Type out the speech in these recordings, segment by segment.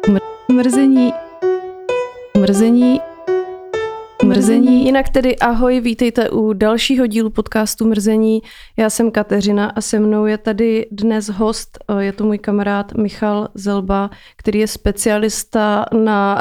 Mrzení. Jinak tedy ahoj, vítejte u dalšího dílu podcastu Mrzení. Já jsem Kateřina a se mnou je tady dnes host, je to můj kamarád Michal Zelba, který je specialista na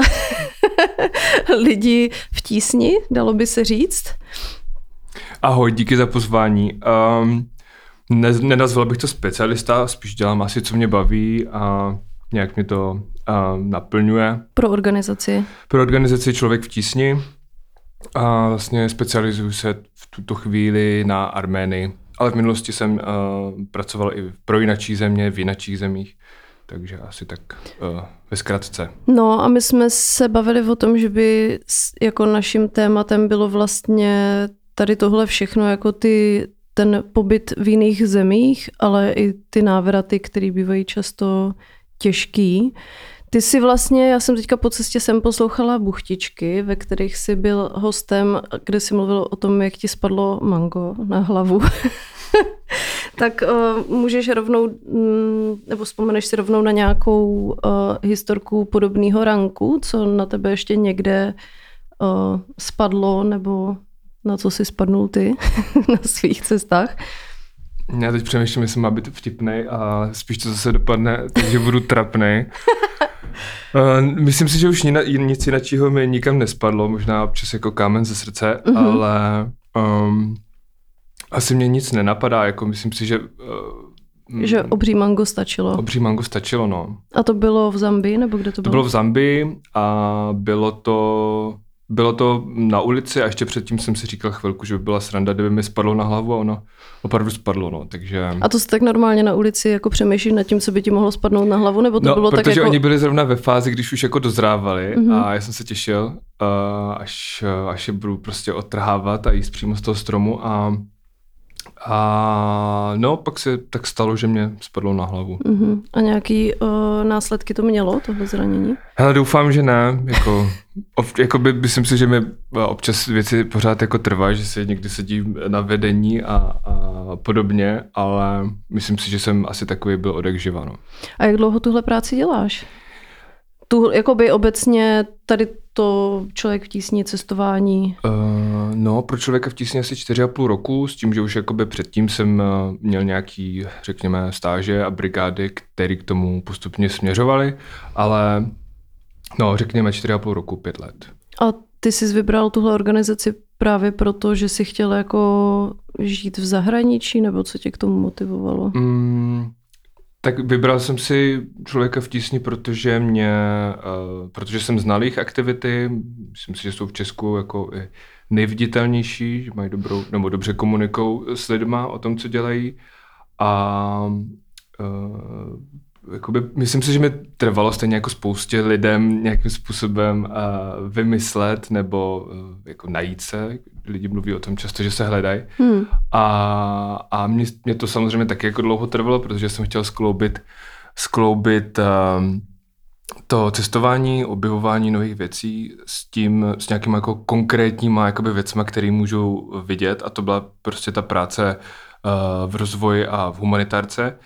lidi v tísni, dalo by se říct. Ahoj, díky za pozvání. Nenazval bych to specialista, spíš dělám asi, co mě baví a nějak mě to naplňuje. Pro organizaci. Pro organizaci Člověk v tísni. A vlastně specializuju se v tuto chvíli na Arménii, ale v minulosti jsem pracoval i pro jinačí země, v jinačích zemích, takže asi tak ve zkratce. No a my jsme se bavili o tom, že by jako naším tématem bylo vlastně tady tohle všechno, jako ten pobyt v jiných zemích, ale i ty návraty, které bývají často těžký. Ty jsi vlastně, já jsem teďka po cestě sem poslouchala Buchtičky, ve kterých jsi byl hostem, kde jsi mluvil o tom, jak ti spadlo mango na hlavu. Tak můžeš rovnou, nebo vzpomeneš si rovnou na nějakou historku podobného ranku, co na tebe ještě někde spadlo, nebo na co jsi spadnul ty na svých cestách? Já teď přemýšlím, jestli má být vtipnej a spíš to zase dopadne, takže budu trapnej. Myslím si, že už nic jiného mi nikam nespadlo, možná občas jako kámen ze srdce, ale asi mě nic nenapadá, jako myslím si, že... že obří mango stačilo. Obří mango stačilo, no. A to bylo v Zambii, nebo kde to bylo? To bylo v Zambii a bylo to na ulici a ještě předtím jsem si říkal chvilku, že by byla sranda, kdyby mi spadlo na hlavu a ono opravdu spadlo, no, takže... A to se tak normálně na ulici jako přemýšlíš nad tím, co by ti mohlo spadnout na hlavu, nebo to bylo tak jako... protože oni byli zrovna ve fázi, když už jako dozrávali a já jsem se těšil, až je budu prostě odtrhávat a jíst přímo z toho stromu a no, pak se tak stalo, že mě spadlo na hlavu. A nějaký následky to mělo, tohle zranění? Hele, doufám, že ne. Myslím si, že mi občas věci pořád jako trvá, že se někdy sedím na vedení a podobně, ale myslím si, že jsem asi takový byl odjakživa. No. A jak dlouho tuhle práci děláš? Jakoby obecně tady to Člověk v tísni, cestování? No, pro Člověka v tísni asi 4,5 roku, s tím, že už jakoby předtím jsem měl nějaký, řekněme, stáže a brigády, které k tomu postupně směřovaly, ale no, řekněme 4,5 roku, 5 let. A ty jsi vybral tuhle organizaci právě proto, že jsi chtěl jako žít v zahraničí, nebo co tě k tomu motivovalo? Tak vybral jsem si Člověka v tísni, protože jsem znal jejich aktivity. Myslím si, že jsou v Česku jako nejviditelnější, že mají dobrou, nebo dobře komunikují s lidma o tom, co dělají. A myslím si, že mi trvalo stejně jako spoustě lidem nějakým způsobem vymyslet nebo jako najít se. Lidi mluví o tom často, že se hledají. A mě to samozřejmě taky jako dlouho trvalo, protože jsem chtěl skloubit to cestování, objevování nových věcí s nějakýma jako konkrétníma jakoby věcma, které můžou vidět, a to byla prostě ta práce v rozvoji a v humanitárce.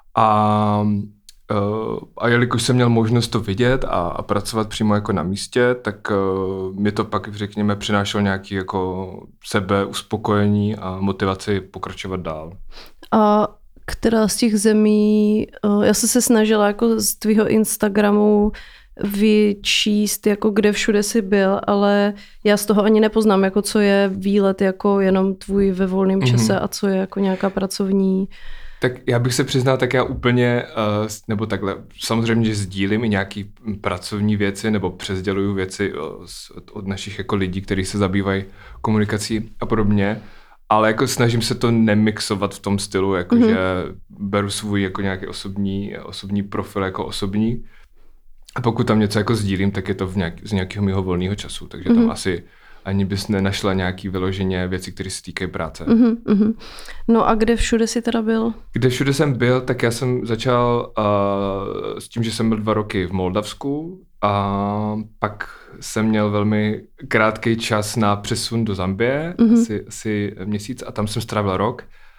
A jelikož jsem měl možnost to vidět a pracovat přímo jako na místě, tak mě to pak, řekněme, přinášelo nějaké jako sebeuspokojení a motivaci pokračovat dál. A která z těch zemí, já jsem se snažila jako z tvýho Instagramu vyčíst, jako kde všude jsi byl, ale já z toho ani nepoznám, jako co je výlet jako jenom tvůj ve volném čase a co je jako nějaká pracovní... Tak já bych se přiznal, tak já úplně, nebo takhle, samozřejmě, že sdílím i nějaký pracovní věci nebo přesděluju věci od našich jako lidí, kteří se zabývají komunikací a podobně, ale jako snažím se to nemixovat v tom stylu, jakože beru svůj jako nějaký osobní profil jako osobní, a pokud tam něco jako sdílím, tak je to z nějakého mého volného času, takže tam asi ani bys nenašla nějaký vyloženě věci, které se týkají práce. No a kde všude jsi teda byl? Kde všude jsem byl, tak já jsem začal s tím, že jsem byl 2 roky v Moldavsku a pak jsem měl velmi krátký čas na přesun do Zambie, asi měsíc, a tam jsem strávil rok.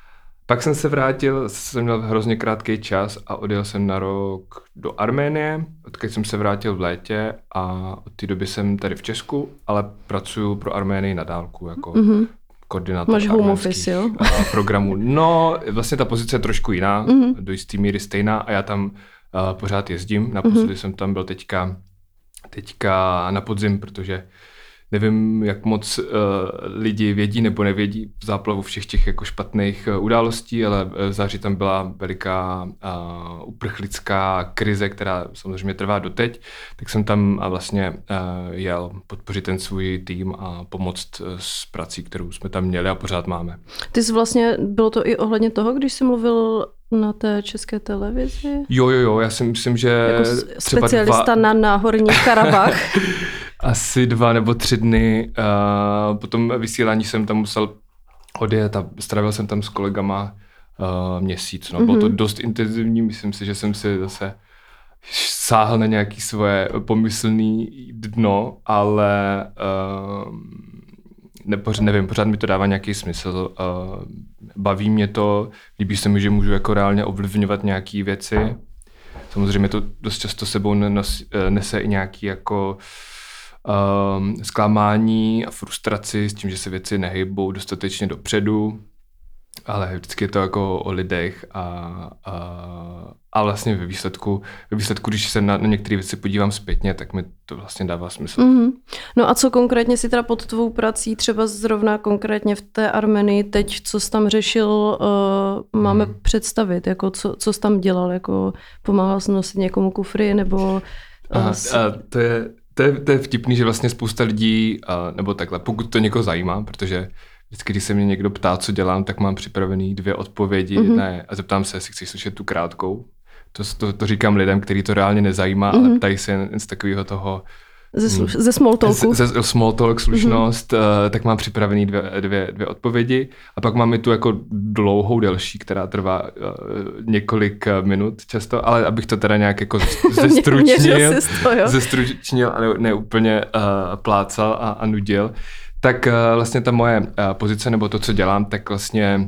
Pak jsem měl hrozně krátký čas a odjel jsem na rok do Arménie, odkud jsem se vrátil v létě a od té doby jsem tady v Česku, ale pracuji pro Arménii na dálku jako koordinátor Máš home office, jo? Programů. No, vlastně ta pozice je trošku jiná, do jistý míry stejná a já tam pořád jezdím. Naposledy jsem tam byl teďka na podzim, protože nevím, jak moc lidi vědí nebo nevědí v záplavu všech těch jako špatných událostí, ale v září tam byla veliká uprchlická krize, která samozřejmě trvá doteď, tak jsem tam vlastně jel podpořit ten svůj tým a pomoct s prací, kterou jsme tam měli a pořád máme. Ty jsi vlastně, bylo to i ohledně toho, když jsi mluvil na té české televizi? Jo, já si myslím, že jako specialista na Náhorní Karabach. Asi 2 nebo 3 dny po tom vysílání jsem tam musel odjet a strávil jsem tam s kolegama měsíc. No. Bylo to dost intenzivní, myslím si, že jsem si zase sáhl na nějaké svoje pomyslné dno, ale nevím, pořád mi to dává nějaký smysl. Baví mě to, líbí se mi, že můžu jako reálně ovlivňovat nějaké věci. Samozřejmě to dost často sebou nese i nějaký jako zklamání a frustraci s tím, že se věci nehybou dostatečně dopředu, ale vždycky je to jako o lidech a vlastně ve výsledku, když se na některé věci podívám zpětně, tak mi to vlastně dává smysl. No a co konkrétně si teda pod tvou prací, třeba zrovna konkrétně v té Armenii teď, co jsi tam řešil, máme představit, jako co jsi tam dělal, jako pomáhal jsi nosit někomu kufry, nebo... To je vtipný, že vlastně spousta lidí, nebo takhle, pokud to někoho zajímá, protože vždycky, když se mě někdo ptá, co dělám, tak mám připravený 2 odpovědi, a zeptám se, jestli chceš slyšet tu krátkou. To říkám lidem, který to reálně nezajímá, ale ptají se jen z takového toho... Ze small talku. Ze small talk, slušnost, tak mám připravený 2 odpovědi a pak mám i tu jako dlouhou, delší, která několik minut často, ale abych to teda nějak jako zestručnil a ne úplně plácal a nudil, tak vlastně ta moje pozice nebo to, co dělám, tak vlastně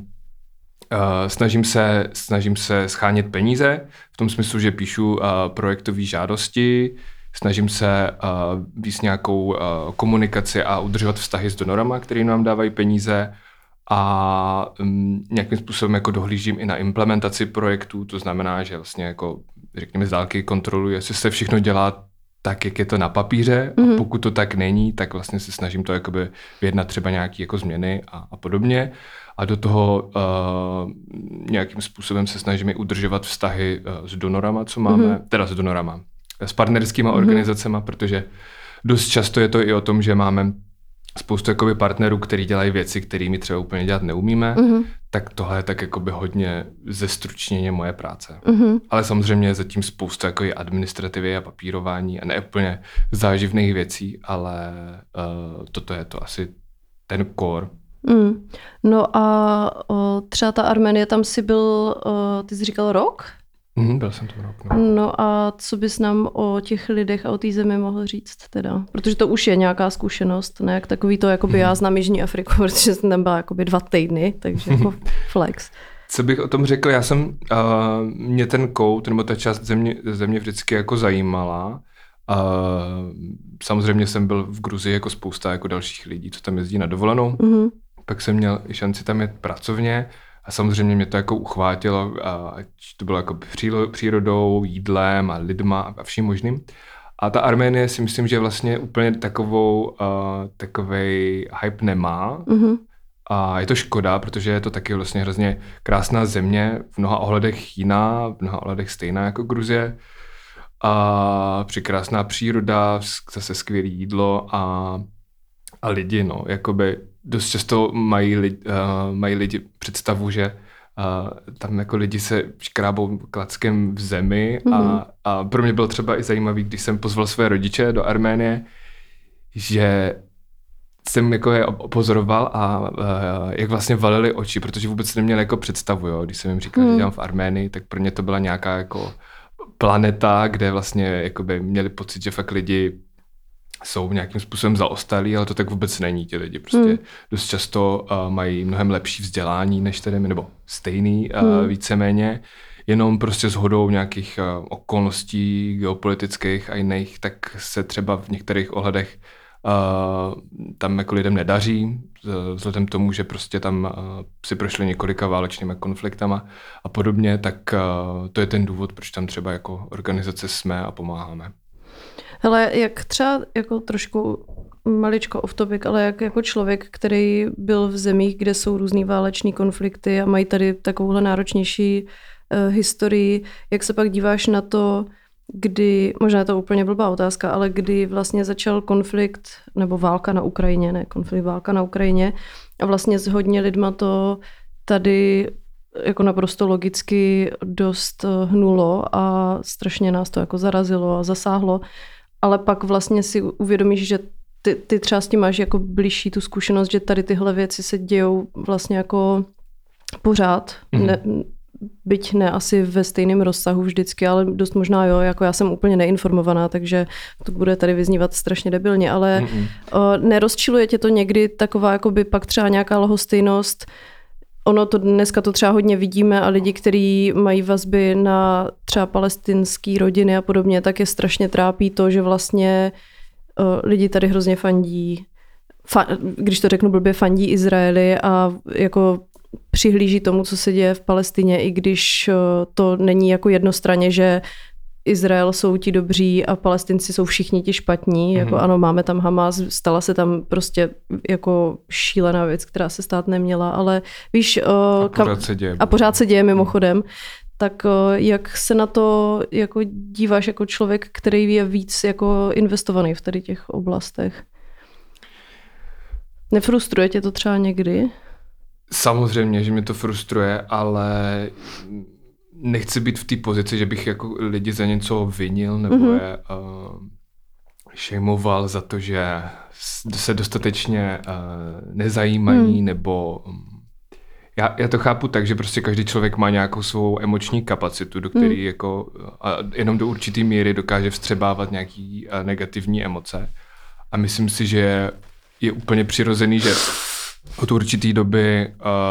snažím se schánět peníze v tom smyslu, že píšu projektové žádosti, snažím se víc nějakou komunikaci a udržovat vztahy s donorama, který nám dávají peníze a nějakým způsobem jako dohlížím i na implementaci projektů, to znamená, že vlastně jako řekněme z dálky kontroluji, jestli se všechno dělá tak, jak je to na papíře a pokud to tak není, tak vlastně se snažím to jakoby vyjednat třeba nějaké jako změny a podobně a do toho nějakým způsobem se snažíme udržovat vztahy s donorama, co máme, teda s donorama, s partnerskýma organizacema, protože dost často je to i o tom, že máme spoustu jakoby partnerů, který dělají věci, které my třeba úplně dělat neumíme, tak tohle je tak jakoby hodně zestručněně moje práce. Ale samozřejmě je zatím spousta jako administrativy a papírování a ne úplně záživných věcí, ale toto je to asi ten core. No a třeba ta Arménie, tam si byl, ty jsi říkal rok? Byl jsem tam rok, no. No a co bys nám o těch lidech a o té zemi mohl říct teda? Protože to už je nějaká zkušenost, ne? Jak takový to, jakoby já znám Jižní Afriku, protože jsem tam byla jakoby 2 týdny, takže jako flex. Co bych o tom řekl? Mě ten kout, nebo ta část země vždycky jako zajímala. Samozřejmě jsem byl v Gruzii jako spousta jako dalších lidí, co tam jezdí na dovolenou. Pak jsem měl šanci tam jet pracovně. A samozřejmě mě to jako uchvátilo, ať to bylo jako přírodou, jídlem a lidma a vším možným. A ta Arménie si myslím, že vlastně úplně takovej hype nemá. A je to škoda, protože je to taky vlastně hrozně krásná země, v mnoha ohledech jiná, v mnoha ohledech stejná jako Gruzie. A překrásná příroda, zase skvělé jídlo a lidi, no, jakoby dost často mají lidi představu, že tam jako lidi se škrábou klackem v zemi a pro mě bylo třeba i zajímavý, když jsem pozval své rodiče do Arménie, že jsem jako je pozoroval a jak vlastně valili oči, protože vůbec neměli jako představu, jo. Když jsem jim říkal, že dělám v Arménii, tak pro ně to byla nějaká jako planeta, kde vlastně jakoby měli pocit, že fakt lidi jsou nějakým způsobem zaostalí, ale to tak vůbec není. Ti lidi prostě dost často mají mnohem lepší vzdělání než tady my, nebo stejný víceméně, jenom prostě shodou nějakých okolností geopolitických a jiných, tak se třeba v některých ohledech tam jako lidem nedaří, vzhledem k tomu, že prostě tam si prošli několika válečnými konfliktama a podobně, tak to je ten důvod, proč tam třeba jako organizace jsme a pomáháme. Hele, jak třeba jako trošku maličko off topic, ale jak jako člověk, který byl v zemích, kde jsou různý váleční konflikty a mají tady takovouhle náročnější historii, jak se pak díváš na to, kdy, možná je to úplně blbá otázka, ale kdy vlastně začal konflikt, nebo válka na Ukrajině, ne konflikt, válka na Ukrajině a vlastně s hodně lidma to tady jako naprosto logicky dost hnulo a strašně nás to jako zarazilo a zasáhlo, ale pak vlastně si uvědomíš, že ty třeba s tím máš jako blížší tu zkušenost, že tady tyhle věci se dějou vlastně jako pořád, byť ne asi ve stejném rozsahu vždycky, ale dost možná jo, jako já jsem úplně neinformovaná, takže to bude tady vyznívat strašně debilně, ale nerozčiluje tě to někdy taková jakoby pak třeba nějaká lhostejnost. Ono to dneska to třeba hodně vidíme a lidi, kteří mají vazby na třeba palestinský rodiny a podobně, tak je strašně trápí to, že vlastně lidi tady hrozně fandí, když to řeknu blbě, fandí Izraeli a jako přihlíží tomu, co se děje v Palestině, i když to není jako jednostranně, že Izrael jsou ti dobří a Palestinci jsou všichni ti špatní. Jako ano, máme tam Hamas, stala se tam prostě jako šílená věc, která se stát neměla, ale víš... A pořád se děje mimochodem. Tak jak se na to jako díváš jako člověk, který je víc jako investovaný v tady těch oblastech? Nefrustruje tě to třeba někdy? Samozřejmě, že mě to frustruje, ale nechci být v té pozici, že bych jako lidi za něco vinil nebo je šejmoval za to, že se dostatečně nezajímají nebo... Já to chápu tak, že prostě každý člověk má nějakou svou emoční kapacitu, do který jako a jenom do určitý míry dokáže vstřebávat nějaký negativní emoce. A myslím si, že je úplně přirozený, že od určitý doby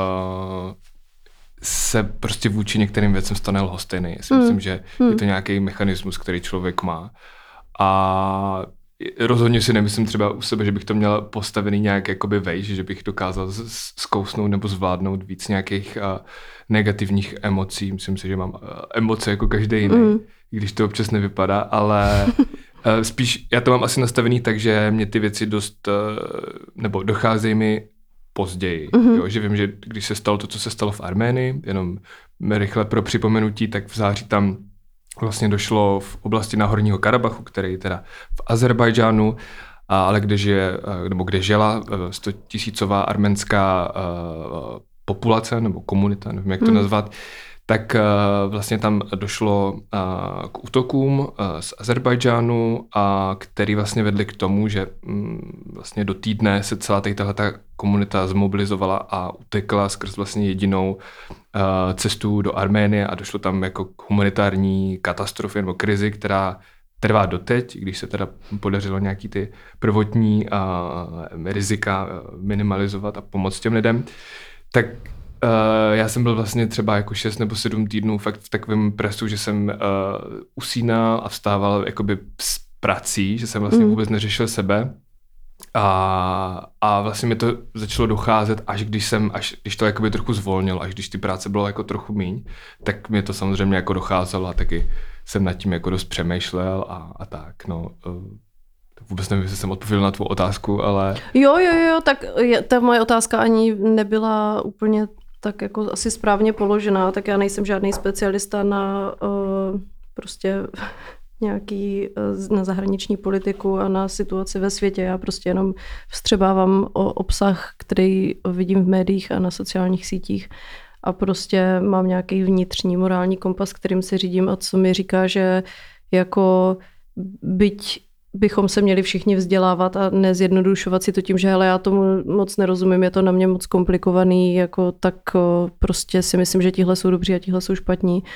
se prostě vůči některým věcem stane lhostejný. Já si myslím, že je to nějaký mechanismus, který člověk má. A rozhodně si nemyslím třeba u sebe, že bych to měl postavený nějak jakoby vejš, že bych dokázal zkousnout nebo zvládnout víc nějakých negativních emocí. Myslím si, že mám emoce jako každý jiný, když to občas nevypadá, ale spíš já to mám asi nastavený tak, že mě ty věci dost, nebo docházejí mi později. Jo, že vím, že když se stalo to, co se stalo v Arménii, jenom rychle pro připomenutí, tak v září tam vlastně došlo v oblasti Náhorního Karabachu, který teda v Azerbajdžánu, ale kde žila 100 000 arménská populace nebo komunita, nevím, jak to nazvat, tak vlastně tam došlo k útokům z Azerbajdžánu, který vlastně vedli k tomu, že vlastně do týdne se celá tato komunita zmobilizovala a utekla skrz vlastně jedinou cestu do Arménie a došlo tam jako k humanitární katastrofě nebo krizi, která trvá doteď, když se teda podařilo nějaký ty prvotní rizika minimalizovat a pomoct těm lidem, tak já jsem byl vlastně třeba jako 6 nebo 7 týdnů fakt v takovém presu, že jsem usínal a vstával jakoby s prací, že jsem vlastně vůbec neřešil sebe a vlastně mi to začalo docházet, až když to jakoby trochu zvolnilo, až když ty práce bylo jako trochu míň, tak mě to samozřejmě jako docházelo a taky jsem nad tím jako dost přemýšlel a tak, no. Vůbec nevím, jestli jsem odpověděl na tvou otázku, ale... Jo, tak ta moje otázka ani nebyla úplně tak jako asi správně položená, tak já nejsem žádný specialista na prostě nějaký na zahraniční politiku a na situaci ve světě. Já prostě jenom vstřebávám o obsah, který vidím v médiích a na sociálních sítích a prostě mám nějaký vnitřní morální kompas, kterým se řídím a co mi říká, že jako byť bychom se měli všichni vzdělávat a nezjednodušovat si to tím, že hele, já tomu moc nerozumím, je to na mě moc komplikovaný, jako tak prostě si myslím, že tihle jsou dobří a tihle jsou špatní.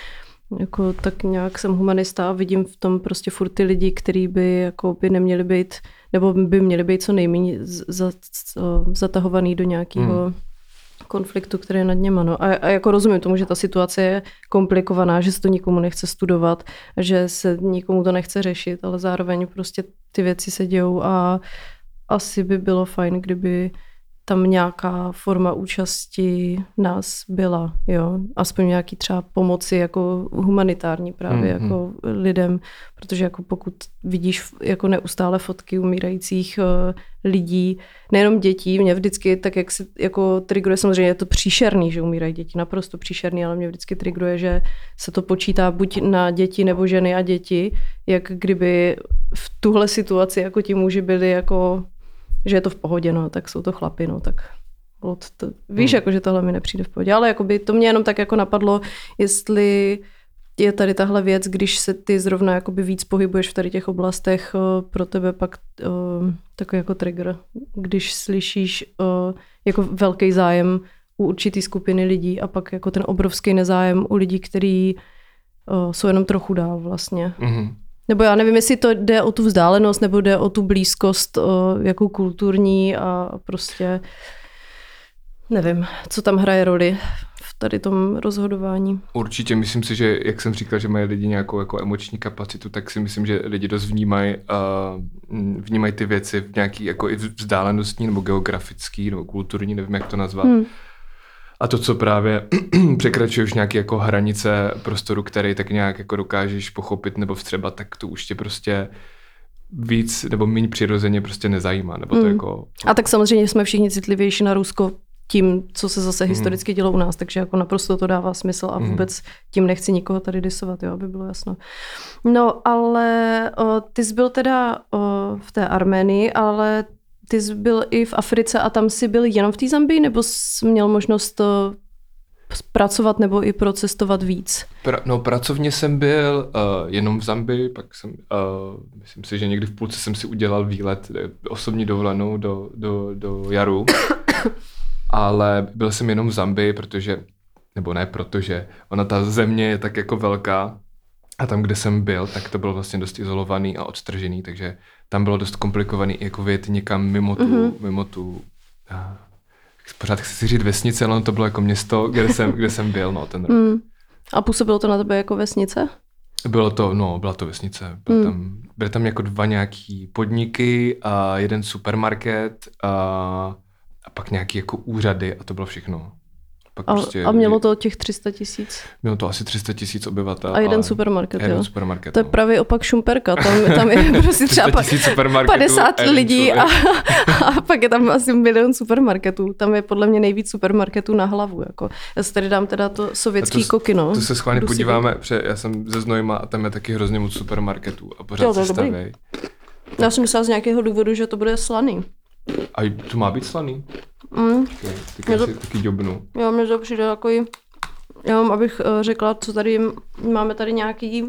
Jako tak nějak jsem humanista a vidím v tom prostě furt ty lidi, kteří by jako by neměli být, nebo by měli být co nejméně zatahovaný do nějakého konfliktu, který je nad něma. No. A jako rozumím tomu, že ta situace je komplikovaná, že se to nikomu nechce studovat, že se nikomu to nechce řešit, ale zároveň prostě ty věci se dějou a asi by bylo fajn, kdyby tam nějaká forma účasti nás byla, jo. Aspoň nějaký třeba pomoci jako humanitární právě jako lidem, protože jako pokud vidíš jako neustále fotky umírajících lidí, nejenom dětí, mě vždycky tak, jak se jako triggeruje, samozřejmě je to příšerný, že umírají děti, naprosto příšerný, ale mě vždycky triggeruje, že se to počítá buď na děti nebo ženy a děti, jak kdyby v tuhle situaci jako ti muži byli jako že je to v pohodě, no, tak jsou to chlapi, no, tak víš, jako, že tohle mi nepřijde v pohodě, ale jakoby, to mě jenom tak jako napadlo, jestli je tady tahle věc, když se ty zrovna jakoby víc pohybuješ v tady těch oblastech, pro tebe pak takový jako trigger, když slyšíš jako velký zájem u určitý skupiny lidí a pak jako ten obrovský nezájem u lidí, kteří jsou jenom trochu dál vlastně. Nebo já nevím, jestli to jde o tu vzdálenost, nebo jde o tu blízkost jako kulturní a prostě nevím, co tam hraje roli v tady tom rozhodování. Určitě, myslím si, že jak jsem říkal, že mají lidi nějakou jako emoční kapacitu, tak si myslím, že lidi dost vnímají ty věci v nějaký jako i vzdálenostní nebo geografický nebo kulturní, nevím, jak to nazvat. A to, co právě překračuje už nějaké jako hranice prostoru, který tak nějak jako dokážeš pochopit nebo vstřebat, tak to už tě prostě víc nebo méně přirozeně prostě nezajímá. Nebo to jako... A tak samozřejmě jsme všichni citlivější na Rusko tím, co se zase historicky dělo u nás, takže jako naprosto to dává smysl a vůbec tím nechci nikoho tady disovat, jo, aby bylo jasno. No, ale ty jsi byl teda v té Arménii, ale ty jsi byl i v Africe a tam jsi byl jenom v té Zambii, nebo jsi měl možnost pracovat nebo i procestovat víc? Pracovně jsem byl jenom v Zambii, pak jsem, myslím si, že někdy v půlce jsem si udělal výlet, osobní dovolenou do Jaru, ale byl jsem jenom v Zambii, protože ona ta země je tak jako velká a tam, kde jsem byl, tak to bylo vlastně dost izolovaný a odstržený, takže tam bylo dost komplikovaný jako vyjet někam mimo tu pořád chci si říct vesnice, ale to bylo jako město, kde jsem byl, no, ten rok. A působilo to na tebe jako vesnice? Byla to vesnice. Byly tam jako 2 nějaký podniky a 1 supermarket a pak nějaký jako úřady a to bylo všechno. A mělo to těch 300 000? Mělo to asi 300 000 obyvatel. A jeden supermarket, jo? Supermarket, to je právě opak Šumperka. Tam je prostě třeba 50 lidí a pak je tam asi 1 milion supermarketů. Tam je podle mě nejvíc supermarketů na hlavu. Jako. Já si tady dám teda to sovětský koky, no. To se schválně podíváme, protože já jsem ze Znojma a tam je taky hrozně moc supermarketů a pořád se stavějí. Já jsem myslela z nějakého důvodu, že to bude slaný. A to má být slaný? Taky ďobnu. Jo, mně to přijde takový, abych řekla, co tady, máme tady nějaký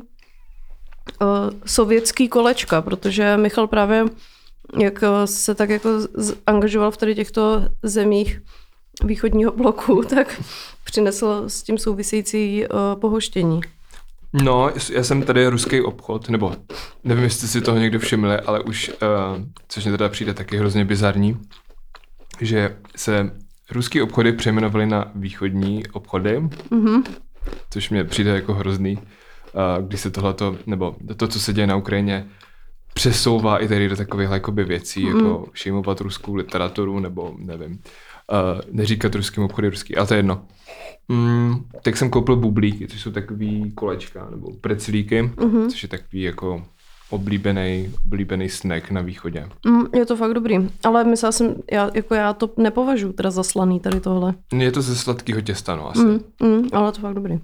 sovětský kolečka, protože Michal právě, jak se tak jako angažoval v tady těchto zemích východního bloku, tak přinesl s tím související pohoštění. No, já jsem tady ruský obchod, nebo nevím, jestli si toho někdo všimli, ale už, což mě teda přijde taky hrozně bizarní, že se ruský obchody přejmenovaly na východní obchody, což mě přijde jako hrozný, když se tohleto, nebo to, co se děje na Ukrajině, přesouvá i tady do takových jakoby věcí, jako šejmovat ruskou literaturu, nebo nevím, neříkat ruským obchody ruský, ale to je jedno. Tak jsem koupil bublíky, což jsou takový kolečka, nebo preclíky, což je takový jako oblíbený snack na východě. Je to fakt dobrý, ale myslela jsem, já to nepovažuji teda za slaný tady tohle. Je to ze sladkého těsta, no asi. Ale to fakt dobrý.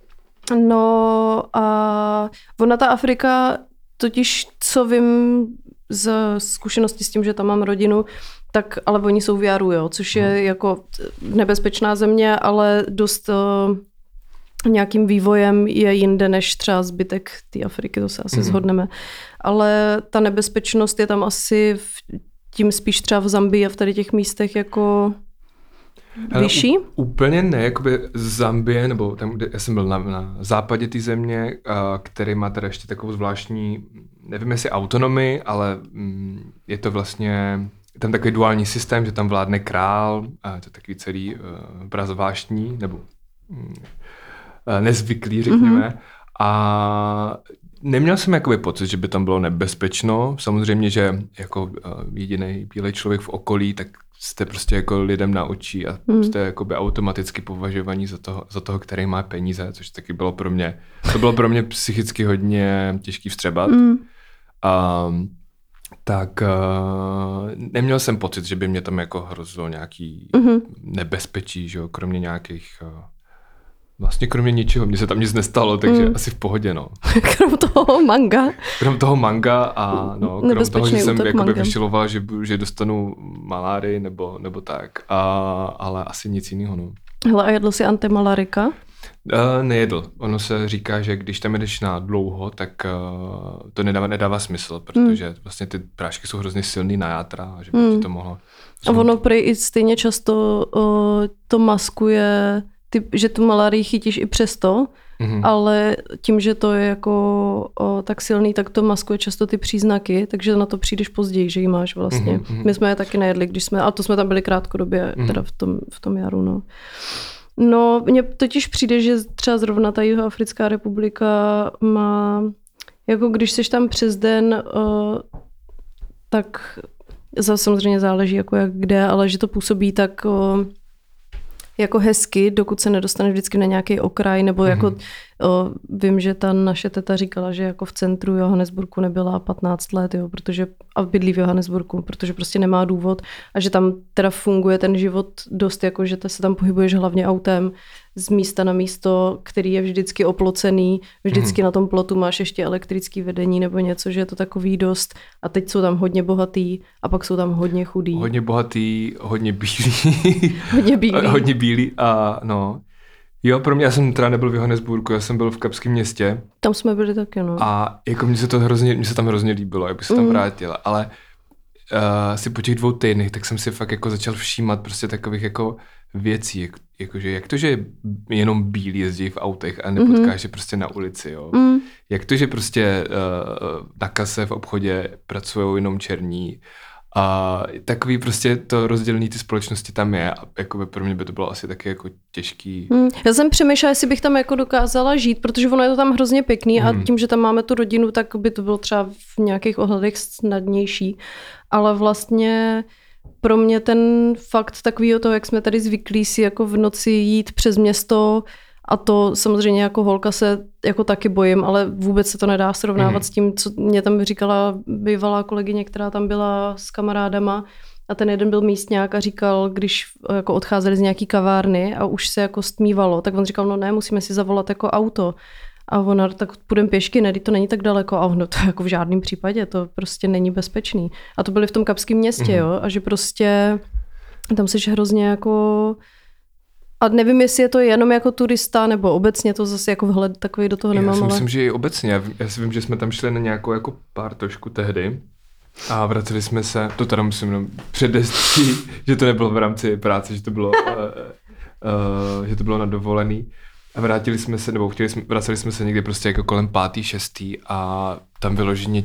No a ona ta Afrika, totiž co vím z zkušenosti s tím, že tam mám rodinu, tak ale oni jsou v Jaru, jo, což je jako nebezpečná země, ale dost nějakým vývojem je jinde než třeba zbytek té Afriky, to se asi shodneme. Ale ta nebezpečnost je tam asi tím spíš třeba v Zambii a v tady těch místech jako vyšší? Úplně ne, jakoby Zambie, nebo tam, kde já jsem byl na západě té země, který má teda ještě takovou zvláštní, nevím jestli autonomii, ale je to vlastně, tam takový duální systém, že tam vládne král, a to je takový celý zvláštní, nebo nezvyklý, řekněme. A neměl jsem jakoby pocit, že by tam bylo nebezpečno. Samozřejmě, že jako jediný bílej člověk v okolí, tak jste prostě jako lidem na očí a jste jakoby automaticky považovaní za toho, který má peníze, což taky bylo pro mě, to bylo pro mě psychicky hodně těžký vstřebat. Tak neměl jsem pocit, že by mě tam jako hrozilo nějaký nebezpečí, že jo, kromě nějakých... Vlastně kromě ničeho, mně se tam nic nestalo, takže asi v pohodě, no. Krom toho manga a no, krom toho, že jsem jakoby vyšiloval, že dostanu malárii nebo tak, ale asi nic jiného, no. Hele, a jedl jsi antimalarika? Nejedl. Ono se říká, že když tam jedeš na dlouho, tak to nedává smysl, protože vlastně ty prášky jsou hrozně silný na játra, že by ti to mohlo... A ono prej i stejně často to maskuje... že tu malárii chytíš i přesto, ale tím, že to je jako tak silný, tak to maskuje často ty příznaky, takže na to přijdeš později, že ji máš vlastně. My jsme je taky nejedli, a to jsme tam byli krátkodobě, teda v tom jaru, no. No, mně totiž přijde, že třeba zrovna ta Jihoafrická republika má, jako když seš tam přes den, tak samozřejmě záleží jako jak kde, ale že to působí tak... jako hezky, dokud se nedostane vždycky na nějaký okraj, nebo jako vím, že ta naše teta říkala, že jako v centru Johannesburgu nebyla 15 let, jo, a bydlí v Johannesburgu, protože prostě nemá důvod a že tam teda funguje ten život dost, jako že se tam pohybuješ hlavně autem z místa na místo, který je vždycky oplocený, vždycky na tom plotu máš ještě elektrický vedení nebo něco, že je to takový dost a teď jsou tam hodně bohatý a pak jsou tam hodně chudý. Hodně bohatý, hodně bílý. hodně bílý a no. Jo, pro mě, já jsem teda nebyl v Johannesburgu, já jsem byl v Kapském Městě. Tam jsme byli taky, no. A jako mně se tam hrozně líbilo, jak by se tam vrátila, ale asi po těch 2 týdnech, tak jsem si fakt jako začal všímat prostě takových jako věcí, jakože jak to, že jenom bílí jezdí v autech a nepotkáš je prostě na ulici, jo. Jak to, že prostě na kase v obchodě pracují jenom černí a takový prostě to rozdělení ty společnosti tam je a jako pro mě by to bylo asi taky jako těžký. Já jsem přemýšlela, jestli bych tam jako dokázala žít, protože ono je to tam hrozně pěkný a tím, že tam máme tu rodinu, tak by to bylo třeba v nějakých ohledech snadnější, ale vlastně pro mě ten fakt takovýho toho, jak jsme tady zvyklí si jako v noci jít přes město a to samozřejmě jako holka se jako taky bojím, ale vůbec se to nedá srovnávat s tím, co mě tam říkala bývalá kolegyně, která tam byla s kamarádama a ten jeden byl místňák a říkal, když jako odcházeli z nějaký kavárny a už se jako stmívalo, tak on říkal, no ne, musíme si zavolat jako auto. A ona, tak půjdeme pěšky, ne, to není tak daleko. A ono, to jako v žádném případě, to prostě není bezpečný. A to byli v tom Kapském Městě, jo, a že prostě tam seš hrozně jako... A nevím, jestli je to jenom jako turista, nebo obecně to zase jako vhled takový do toho nemám. Já si myslím, že i obecně. Já si vím, že jsme tam šli na nějakou jako pártošku tehdy a vraceli jsme se, to teda musím jenom předestří, že to nebylo v rámci práce, že to bylo na dovolený. A vraceli jsme se někdy prostě jako kolem 5., 6. a tam vyloženě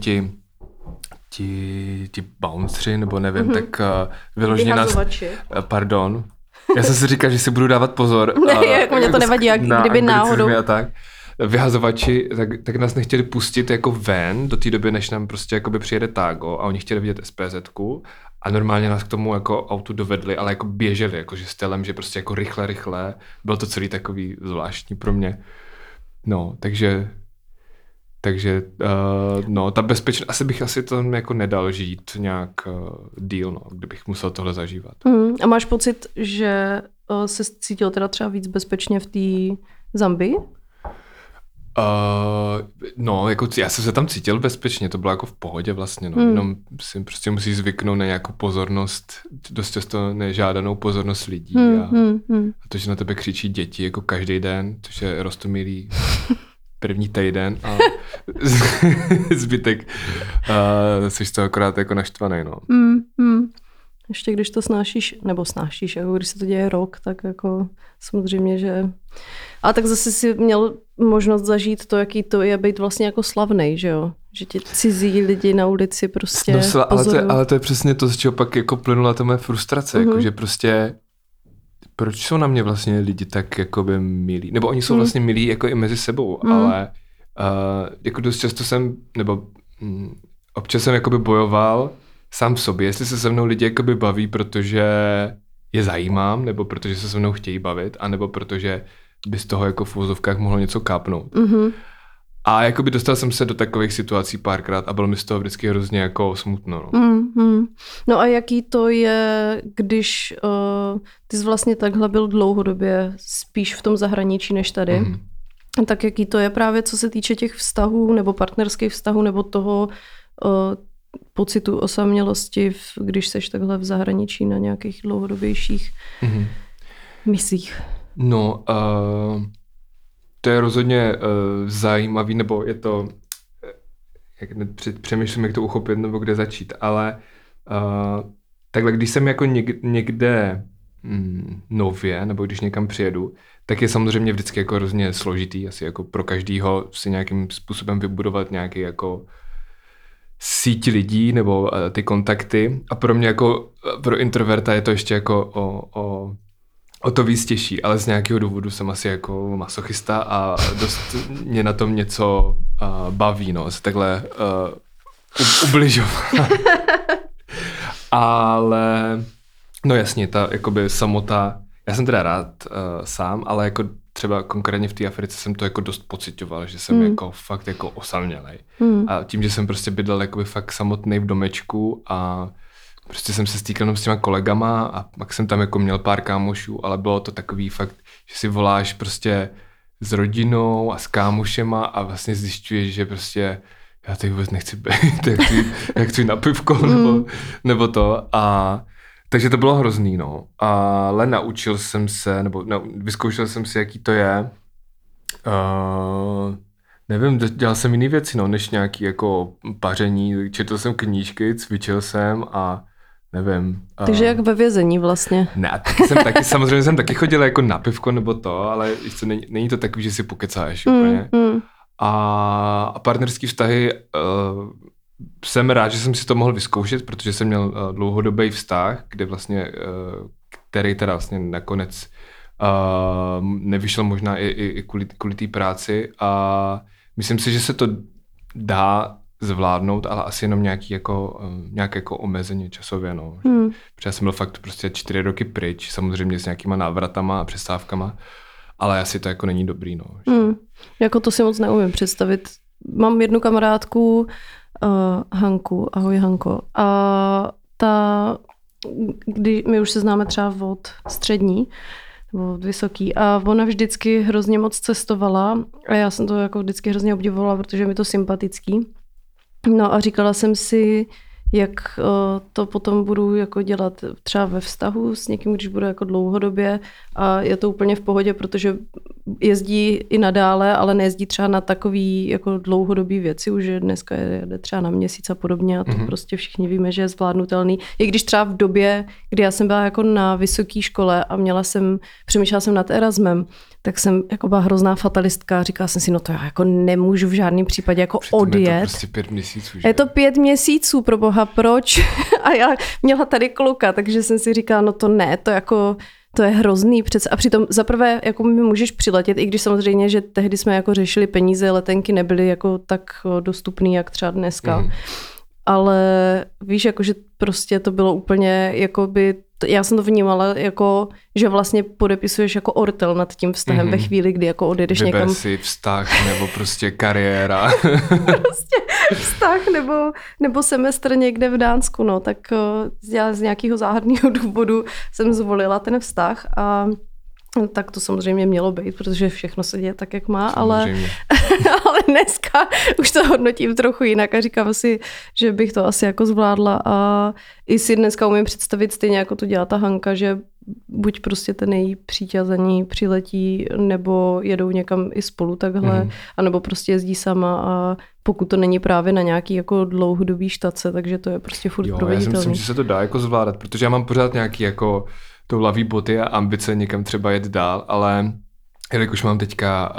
ti bounceri, nebo nevím, tak vyloženě nás... Pardon. Já jsem si říkal, že si budu dávat pozor. Ne, jako mě to nevadí, jak kdyby náhodou. A tak. Vyhazovači, tak nás nechtěli pustit jako ven do té doby, než nám prostě jakoby přijede Tágo a oni chtěli vidět SPZ-ku a normálně nás k tomu jako autu dovedli, ale jako běželi, jakože stylem, že prostě jako rychle. Bylo to celý takový zvláštní pro mě. No, takže no, ta bezpečnost, asi to jako nedal žít nějak díl, no, kdybych musel tohle zažívat. A máš pocit, že se cítil teda třeba víc bezpečně v té Zambii? No, jako já jsem se tam cítil bezpečně, to bylo jako v pohodě vlastně, no. Jenom si prostě musíš zvyknout na nějakou pozornost, dost často nežádanou pozornost lidí a to, že na tebe křičí děti jako každý den, což je roztomilý první týden a zbytek jsi to akorát jako naštvaný, no. Ještě když to snášíš, jako když se to děje rok, tak jako samozřejmě, že... A tak zase si měl možnost zažít to, jaký to je být vlastně jako slavnej, že jo? Že ti cizí lidi na ulici prostě ale to je přesně to, z čeho pak jako plynula ta moje frustrace, jako že prostě proč jsou na mě vlastně lidi tak jakoby milí? Nebo oni jsou vlastně milí jako i mezi sebou, ale jako dost často občas jsem jakoby bojoval sám v sobě, jestli se mnou lidi jakoby baví, protože je zajímám, nebo protože se se mnou chtějí bavit, anebo protože by z toho jako v uvozovkách mohlo něco kápnout. A jakoby dostal jsem se do takových situací párkrát a bylo mi z toho vždycky hrozně jako smutno. No a jaký to je, když ty jsi vlastně takhle byl dlouhodobě spíš v tom zahraničí než tady, tak jaký to je právě co se týče těch vztahů nebo partnerských vztahů nebo toho pocitu osamělosti, když seš takhle v zahraničí na nějakých dlouhodobějších misích? No, to je rozhodně zajímavý, nebo je to, přemýšlím, jak to uchopit, nebo kde začít, ale takhle, když jsem jako někde nově, nebo když někam přijedu, tak je samozřejmě vždycky jako hrozně složitý, asi jako pro každýho si nějakým způsobem vybudovat nějaký jako síť lidí, nebo ty kontakty. A pro mě jako, pro introverta je to ještě jako o to víc těžší, ale z nějakého důvodu jsem asi jako masochista a dost mě na tom něco baví, no, se takhle ubližovat. Ale, no jasně, ta jakoby samota, já jsem teda rád sám, ale jako třeba konkrétně v té Africe jsem to jako dost pocitoval, že jsem jako fakt jako osamělej. A tím, že jsem prostě bydlel jakoby fakt samotný v domečku a prostě jsem se stýkal s těma kolegama a pak jsem tam jako měl pár kámošů, ale bylo to takový fakt, že si voláš prostě s rodinou a s kámošema a vlastně zjišťuješ, že prostě já teď vůbec nechci být, jak chci na pivko nebo to. A takže to bylo hrozný, no. Ale naučil jsem se, vyzkoušel jsem si, jaký to je. Nevím, dělal jsem jiné věci, no, než nějaký jako paření. Četl jsem knížky, cvičil jsem a nevím. Takže jak ve vězení vlastně. Ne, samozřejmě jsem taky chodil jako na pivko nebo to, ale není to takový, že si pokecáš úplně. A partnerský vztahy jsem rád, že jsem si to mohl vyzkoušet, protože jsem měl dlouhodobý vztah, kde vlastně, který teda vlastně nakonec nevyšel možná i kvůli té práci a myslím si, že se to dá zvládnout, ale asi jenom nějaké jako omezení časově, no. Protože já jsem byl fakt prostě 4 roky pryč, samozřejmě s nějakýma návratama a přestávkama, ale asi to jako není dobrý, no. Jako to si moc neumím představit. Mám jednu kamarádku, Hanku, ahoj Hanko, a my už se známe třeba od střední, nebo od vysoký, a ona vždycky hrozně moc cestovala a já jsem to jako vždycky hrozně obdivovala, protože mi to sympatický. No a říkala jsem si, jak to potom budu jako dělat třeba ve vztahu s někým, když budu jako dlouhodobě a je to úplně v pohodě, protože jezdí i nadále, ale nejezdí třeba na takový jako dlouhodobý věci, už dneska jede třeba na měsíc a podobně a to prostě všichni víme, že je zvládnutelný. I když třeba v době, kdy já jsem byla jako na vysoké škole a přemýšlela jsem nad Erasmem, tak jsem jako byla hrozná fatalistka a říkala jsem si, no to já jako nemůžu v žádném případě jako odjet. Je to prostě 5 měsíců, že? Je to 5 měsíců, pro boha, proč? A já měla tady kluka, takže jsem si říkala, no to ne, to je hrozný přece. A přitom zaprvé jako mi můžeš přiletět, i když samozřejmě, že tehdy jsme jako řešili peníze, letenky nebyly jako tak dostupný, jak třeba dneska. Ale víš, jakože prostě to bylo úplně jakoby, já jsem to vnímala jako, že vlastně podepisuješ jako ortel nad tím vztahem ve chvíli, kdy jako odjedeš někam. Vyber si vztah nebo prostě kariéra. Prostě vztah nebo semestr někde v Dánsku, no, tak já z nějakého záhadného důvodu jsem zvolila ten vztah a tak to samozřejmě mělo být, protože všechno se děje tak, jak má, ale dneska už to hodnotím trochu jinak a říkám si, že bych to asi jako zvládla a i si dneska umím představit stejně, jako to dělá ta Hanka, že buď prostě ten její příťazení přiletí, nebo jedou někam i spolu takhle, anebo prostě jezdí sama a pokud to není právě na nějaký jako dlouhodobý štace, takže to je prostě furt proveditelný. Já si myslím, že se to dá jako zvládat, protože já mám pořád nějaký jako toulavý boty a ambice někam třeba jet dál, ale jelikož mám teďka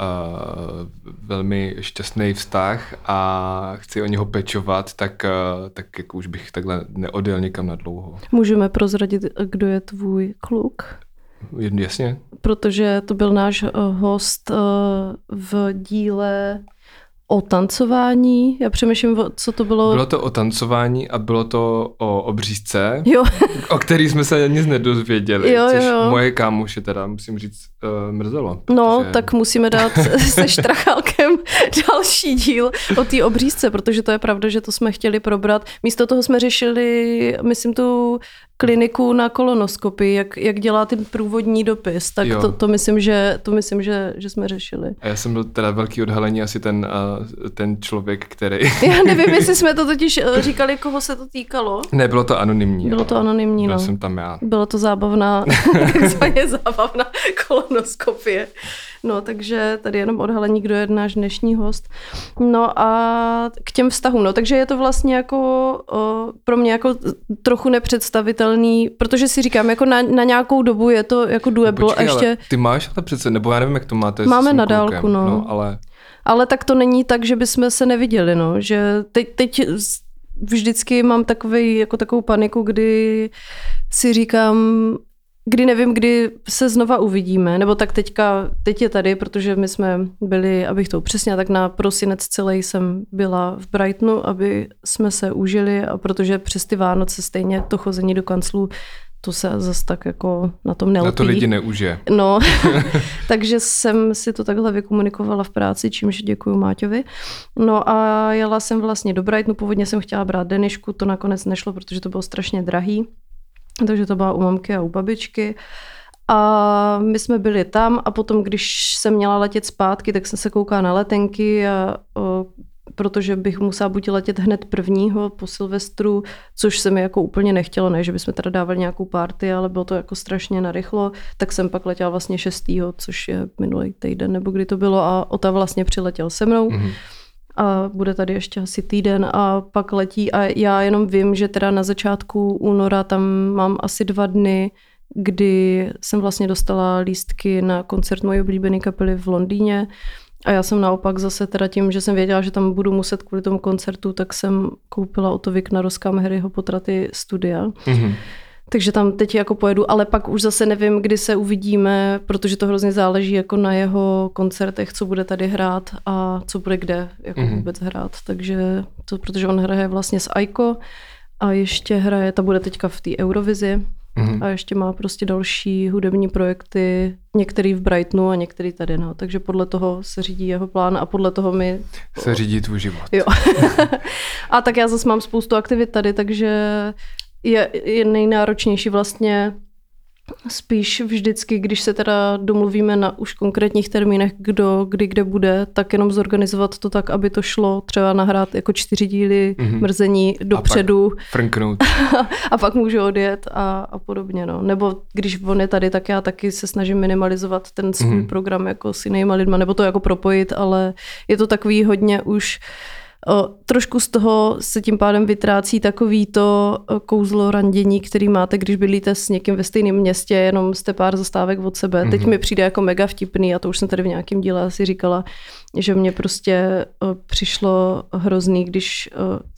velmi šťastný vztah a chci o něho pečovat, tak jako už bych takhle neodjel někam na dlouho. Můžeme prozradit, kdo je tvůj kluk? Jasně. Protože to byl náš host v díle o tancování. Já přemýšlím, co to bylo. Bylo to o tancování a bylo to o obřízce, jo. o který jsme se nic nedozvěděli, což moje kámoše teda, musím říct, mrzelo. Protože... No, tak musíme dát se Štrachálkem další díl o té obřízce, protože to je pravda, že to jsme chtěli probrat. Místo toho jsme řešili, myslím, tu kliniku na kolonoskopii, jak dělá ten průvodní dopis, tak to myslím, že jsme řešili. A já jsem byl teda velký odhalení asi ten člověk, který... Já nevím, jestli jsme to totiž říkali, koho se to týkalo. Ne, bylo to anonymní. Bylo to anonymní, byl jsem tam já. Bylo to takzvaně zábavná kolonoskopie. No, takže tady jenom odhalení, kdo je náš dnešní host. No a k těm vztahům, no, takže je to vlastně jako pro mě jako trochu nepředstavitelný, protože si říkám, jako na nějakou dobu je to jako doable. Počkej, ještě... ale ty máš ale přece, nebo já nevím, jak to máte. Máme na dálku, no. Ale tak to není tak, že bychom se neviděli, no, že teď vždycky mám takovou paniku, kdy si říkám, kdy nevím, kdy se znova uvidíme, nebo tak teď je tady, protože my jsme byli, abych to upřesnila, tak na prosinec celý jsem byla v Brightonu, aby jsme se užili, a protože přes ty Vánoce stejně to chození do kanclu, to se zase tak jako na tom nelpí. Na to lidi neužije. No, takže jsem si to takhle vykomunikovala v práci, čímž děkuju Máťovi. No a jela jsem vlastně do Brightonu, původně jsem chtěla brát Denišku, to nakonec nešlo, protože to bylo strašně drahý. Takže to byla u mamky a u babičky. A my jsme byli tam a potom, když jsem měla letět zpátky, tak jsem se koukala na letenky, protože bych musela buď letět hned 1. po Silvestru, což se mi jako úplně nechtělo, ne, že bychom teda dávali nějakou party, ale bylo to jako strašně narychlo, tak jsem pak letěla vlastně 6., což je minulý týden, nebo kdy to bylo, a Ota vlastně přiletěl se mnou. Mm-hmm. A bude tady ještě asi týden a pak letí a já jenom vím, že teda na začátku února tam mám asi 2 dny, kdy jsem vlastně dostala lístky na koncert mojí oblíbené kapely v Londýně a já jsem naopak zase teda tím, že jsem věděla, že tam budu muset kvůli tomu koncertu, tak jsem koupila Otovi Knarovskám Harryho Potraty studia. Mm-hmm. Takže tam teď jako pojedu, ale pak už zase nevím, kdy se uvidíme, protože to hrozně záleží jako na jeho koncertech, co bude tady hrát a co bude kde jako vůbec hrát. Takže to, protože on hraje vlastně s Aiko a ještě hraje, ta bude teďka v té Eurovizi a ještě má prostě další hudební projekty, některý v Brightonu a některý tady, no. Takže podle toho se řídí jeho plán a podle toho mi... Se řídí tvůj život. Jo. A tak já zase mám spoustu aktivit tady, takže... Je nejnáročnější vlastně spíš vždycky, když se teda domluvíme na už konkrétních termínech, kdo, kdy, kde bude, tak jenom zorganizovat to tak, aby to šlo třeba nahrát jako 4 díly mrzení dopředu. A pak frnknout. A pak můžu odjet a podobně. No. Nebo když on je tady, tak já taky se snažím minimalizovat ten svůj program jako s jinýma lidma, nebo to jako propojit, ale je to takový hodně už... Trošku z toho se tím pádem vytrácí takový to kouzlo randění, který máte, když bydlíte s někým ve stejném městě, jenom jste pár zastávek od sebe. Teď mi přijde jako mega vtipný, a to už jsem tady v nějakém díle asi říkala, že mě prostě přišlo hrozný, když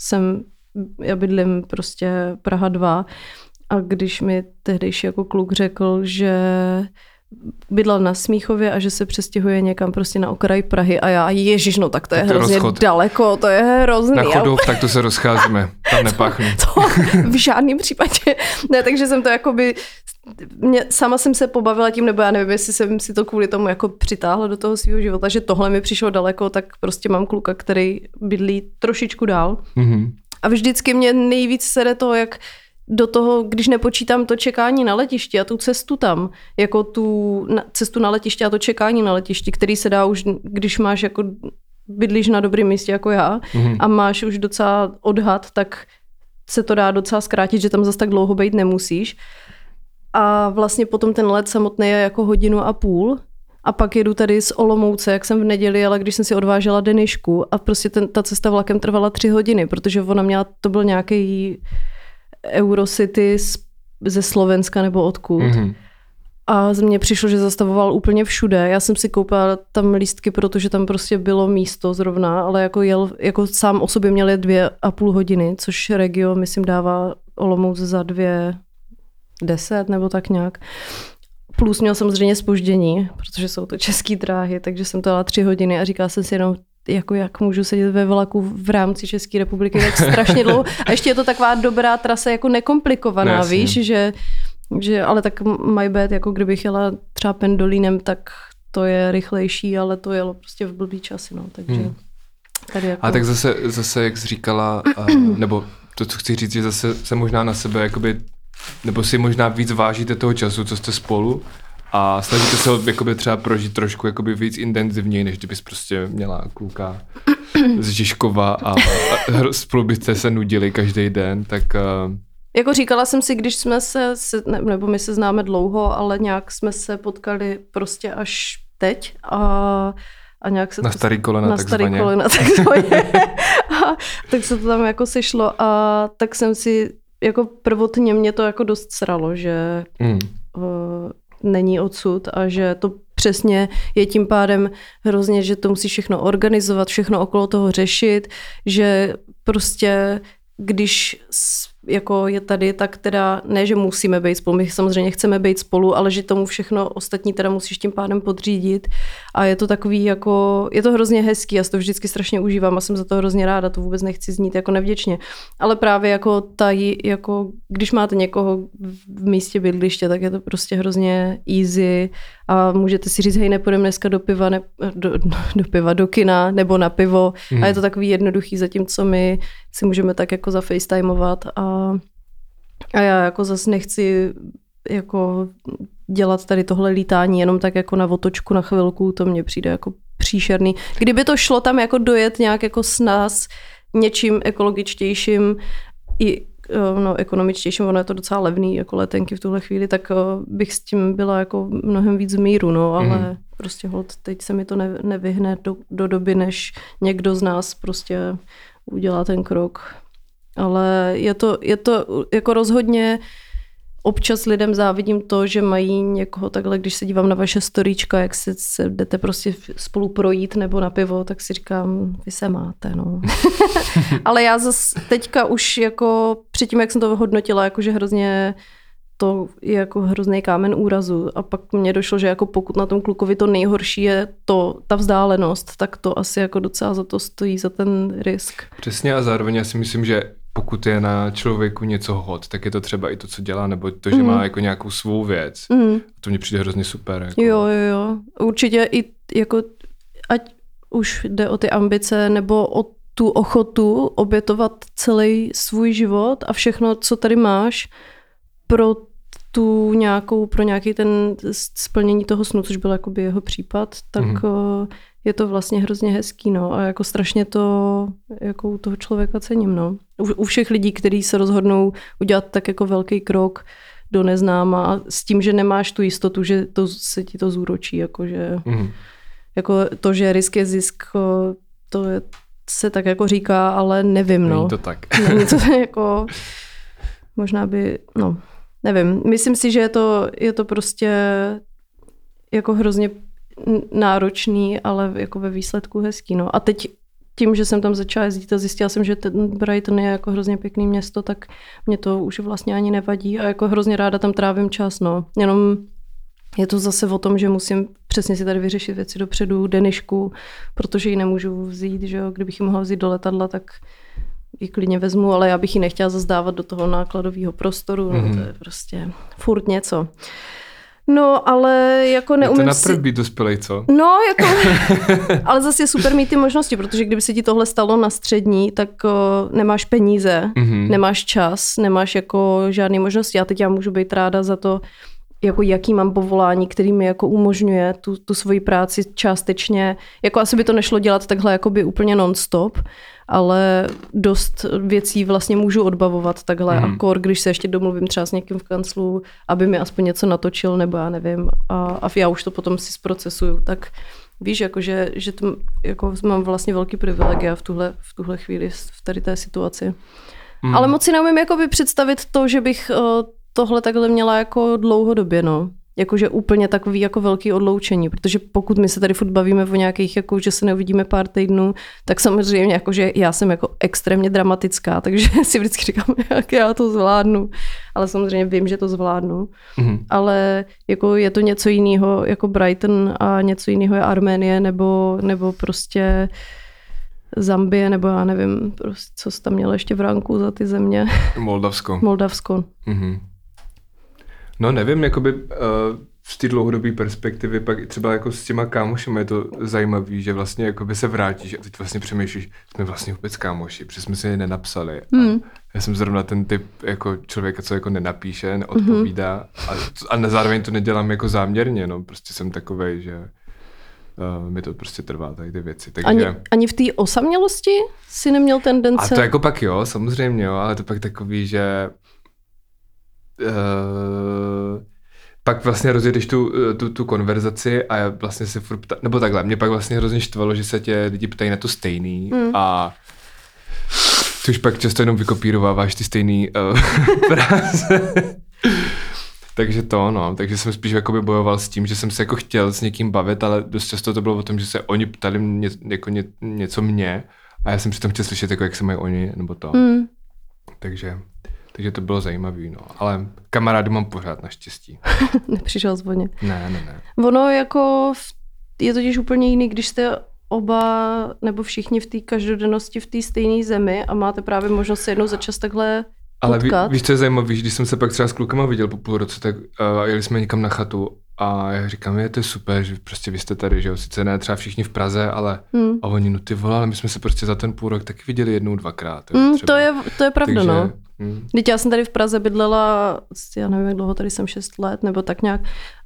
já bydlím prostě Praha 2 a když mi tehdejší jako kluk řekl, že bydlel na Smíchově a že se přestěhuje někam prostě na okraj Prahy a já, ježiš, no tak to je hrozně daleko, to je hrozný. Na Chodov, tak to se rozcházíme, tam nepáchnu. To v žádném případě ne, takže jsem to jakoby, sama jsem se pobavila tím, nebo já nevím, jestli jsem si to kvůli tomu jako přitáhla do toho svého života, že tohle mi přišlo daleko, tak prostě mám kluka, který bydlí trošičku dál. A vždycky mě nejvíc sere to, jak do toho, když nepočítám to čekání na letišti a tu cestu tam, jako tu cestu na letišti a to čekání na letišti, který se dá už, když máš jako bydlíš na dobrém místě jako já a máš už docela odhad, tak se to dá docela zkrátit, že tam zase tak dlouho být nemusíš. A vlastně potom ten let samotný je jako 1,5 hodiny a pak jedu tady z Olomouce, jak jsem v neděli, ale když jsem si odvážela Denišku a prostě ta cesta vlakem trvala 3 hodiny, protože ona měla, to byl nějaký Eurocity ze Slovenska nebo odkud. A mně přišlo, že zastavoval úplně všude. Já jsem si koupila tam lístky, protože tam prostě bylo místo zrovna, ale jako sám o sobě měl 2,5 hodiny, což Regio, myslím, dává Olomouc za 2:10 nebo tak nějak. Plus měl samozřejmě zpoždění, protože jsou to české dráhy, takže jsem to dala 3 hodiny a říkala jsem si jenom, jako jak můžu sedět ve vlaku v rámci České republiky tak strašně dlouho. A ještě je to taková dobrá trasa, jako nekomplikovaná, no, víš, že ale tak my bad, jako kdybych jela třeba pendolínem, tak to je rychlejší, ale to jelo prostě v blbý časy, no, takže tady jako... A tak zase jak jsi říkala, nebo to, co chci říct, že zase se možná na sebe, jakoby, nebo si možná víc vážíte toho času, co jste spolu a snažíte se ho jakoby třeba prožít trošku jakoby víc intenzivněji, než kdybys prostě měla kluka z Žižkova a spolu byste se nudili každý den, tak... Jako říkala jsem si, když jsme nebo my se známe dlouho, ale nějak jsme se potkali prostě až teď a nějak se... Na starý kolena takzvaně. Tak se to tam jako sešlo a tak jsem si, jako prvotně mě to jako dost sralo, že není odsud a že to přesně je tím pádem hrozně, že to musí všechno organizovat, všechno okolo toho řešit, že prostě když jako je tady, tak teda ne, že musíme být spolu, my samozřejmě chceme být spolu, ale že tomu všechno ostatní teda musíš tím pádem podřídit a je to takový jako, je to hrozně hezký, já si to vždycky strašně užívám a jsem za to hrozně ráda, to vůbec nechci znít jako nevděčně, ale právě jako jako když máte někoho v místě bydliště, tak je to prostě hrozně easy a můžete si říct, hej, nepůjdeme dneska do piva, do kina nebo na pivo a je to takový jednoduchý, zatímco my si můžeme tak jako zafacetimeovat a já jako zase nechci jako dělat tady tohle lítání jenom tak jako na otočku na chvilku, to mně přijde jako příšerný. Kdyby to šlo tam jako dojet nějak jako s nás něčím ekologičtějším i ekonomičtějším, ono je to docela levný jako letenky v tuhle chvíli, tak bych s tím byla jako mnohem víc v míru, no, ale prostě holt, teď se mi to nevyhne do doby, než někdo z nás prostě udělá ten krok. Ale je to jako rozhodně občas lidem závidím to, že mají někoho takhle, když se dívám na vaše storíčka, jak se jdete prostě spolu projít nebo na pivo, tak si říkám, vy se máte, no. Ale já zase teďka už jako předtím, jak jsem to hodnotila, jakože hrozně to je jako hrozný kámen úrazu a pak mně došlo, že jako pokud na tom klukovi to nejhorší je ta vzdálenost, tak to asi jako docela za to stojí, za ten risk. Přesně a zároveň já si myslím, že pokud je na člověku něco hot, tak je to třeba i to, co dělá, nebo to, že má jako nějakou svou věc. To mně přijde hrozně super. Jako. Jo. Určitě i jako, ať už jde o ty ambice, nebo o tu ochotu obětovat celý svůj život a všechno, co tady máš, pro nějaký ten splnění toho snu, což byl jakoby jeho případ, tak je to vlastně hrozně hezký, no, a jako strašně to jako u toho člověka cením, no. U všech lidí, kteří se rozhodnou udělat tak jako velký krok do neznáma a s tím, že nemáš tu jistotu, že se ti to zúročí, jakože jako to, že risk je zisk, to se tak jako říká, ale nevím, no. Není to tak. Není to jako, možná by, no, nevím. Myslím si, že je to prostě jako hrozně náročný, ale jako ve výsledku hezký, no. A teď tím, že jsem tam začala jezdit a zjistila jsem, že ten Brighton je jako hrozně pěkný město, tak mě to už vlastně ani nevadí a jako hrozně ráda tam trávím čas, no. Jenom je to zase o tom, že musím přesně si tady vyřešit věci dopředu, Denišku, protože ji nemůžu vzít, že jo. Kdybych ji mohla vzít do letadla, tak ji klidně vezmu, ale já bych ji nechtěla zazdávat do toho nákladového prostoru, no, to je prostě furt něco. No, ale jako neumím si... Je to naprv být dospělej, co? No, jako... ale zase je super mít ty možnosti, protože kdyby se ti tohle stalo na střední, tak nemáš peníze, nemáš čas, nemáš jako žádné možnosti. A teď já můžu být ráda za to, jako jaký mám povolání, který mi jako umožňuje tu svoji práci částečně. Jako asi by to nešlo dělat takhle jakoby úplně non-stop, ale dost věcí vlastně můžu odbavovat takhle, akor, když se ještě domluvím třeba s někým v kanclu, aby mi aspoň něco natočil, nebo já nevím, a já už to potom si zprocesuju, tak víš, jako, že to, jako mám vlastně velký privilegia v tuhle chvíli v tady té situaci. Ale moc si neumím jakoby představit to, že bych tohle takhle měla jako dlouhodobě, no. Jakože úplně takový jako velký odloučení, protože pokud my se tady furt bavíme o nějakých, jako, že se neuvidíme pár týdnů, tak samozřejmě jakože já jsem jako extrémně dramatická, takže si vždycky říkám, jak já to zvládnu. Ale samozřejmě vím, že to zvládnu. Ale jako je to něco jiného jako Brighton a něco jiného je Arménie nebo prostě Zambie, nebo já nevím, prostě, co jsi tam měl ještě v ranku za ty země. Moldavsko. No nevím, jakoby z té dlouhodobé perspektivy pak třeba jako s těma kámošemi je to zajímavý, že vlastně jakoby se vrátíš a teď vlastně přemýšlíš, jsme vlastně vůbec kámoši, protože jsme si je nenapsali. Já jsem zrovna ten typ jako člověka, co jako nenapíše, neodpovídá a zároveň to nedělám jako záměrně, no prostě jsem takovej, že mi to prostě trvá tady ty věci. Takže... Ani v té osamělosti si neměl tendence? A to jako pak jo, samozřejmě jo, ale to pak takový, že pak vlastně rozjedeš tu konverzaci a já vlastně se furt nebo takhle, mě pak vlastně hrozně štvalo, že se tě lidi ptají na to stejný a ty už pak často jenom vykopírováváš ty stejný fráze. Takže takže jsem spíš jakoby bojoval s tím, že jsem se jako chtěl s někým bavit, ale dost často to bylo o tom, že se oni ptali něco mě a já jsem přitom chtěl slyšet, jako jak se mají oni, nebo to. Takže to bylo zajímavý, no. Ale kamarády mám pořád naštěstí. Nepřišel zvoně. Ne. Ono jako je totiž úplně jiný, když jste oba nebo všichni v té každodennosti v té stejné zemi a máte právě možnost se jednou za čas takhle potkat. Ale víš, co je zajímavé, když jsem se pak třeba s klukama viděl po půl roce, tak jeli jsme někam na chatu a já říkám, to je super, že prostě vy jste tady, že jo, sice ne třeba všichni v Praze, ale a oni, no ty vole, ale my jsme se prostě za ten půl rok taky viděli 1-2krát. Jo, to je pravda, takže, no. Teď já jsem tady v Praze bydlela, já nevím, jak dlouho, tady jsem 6 let, nebo tak nějak.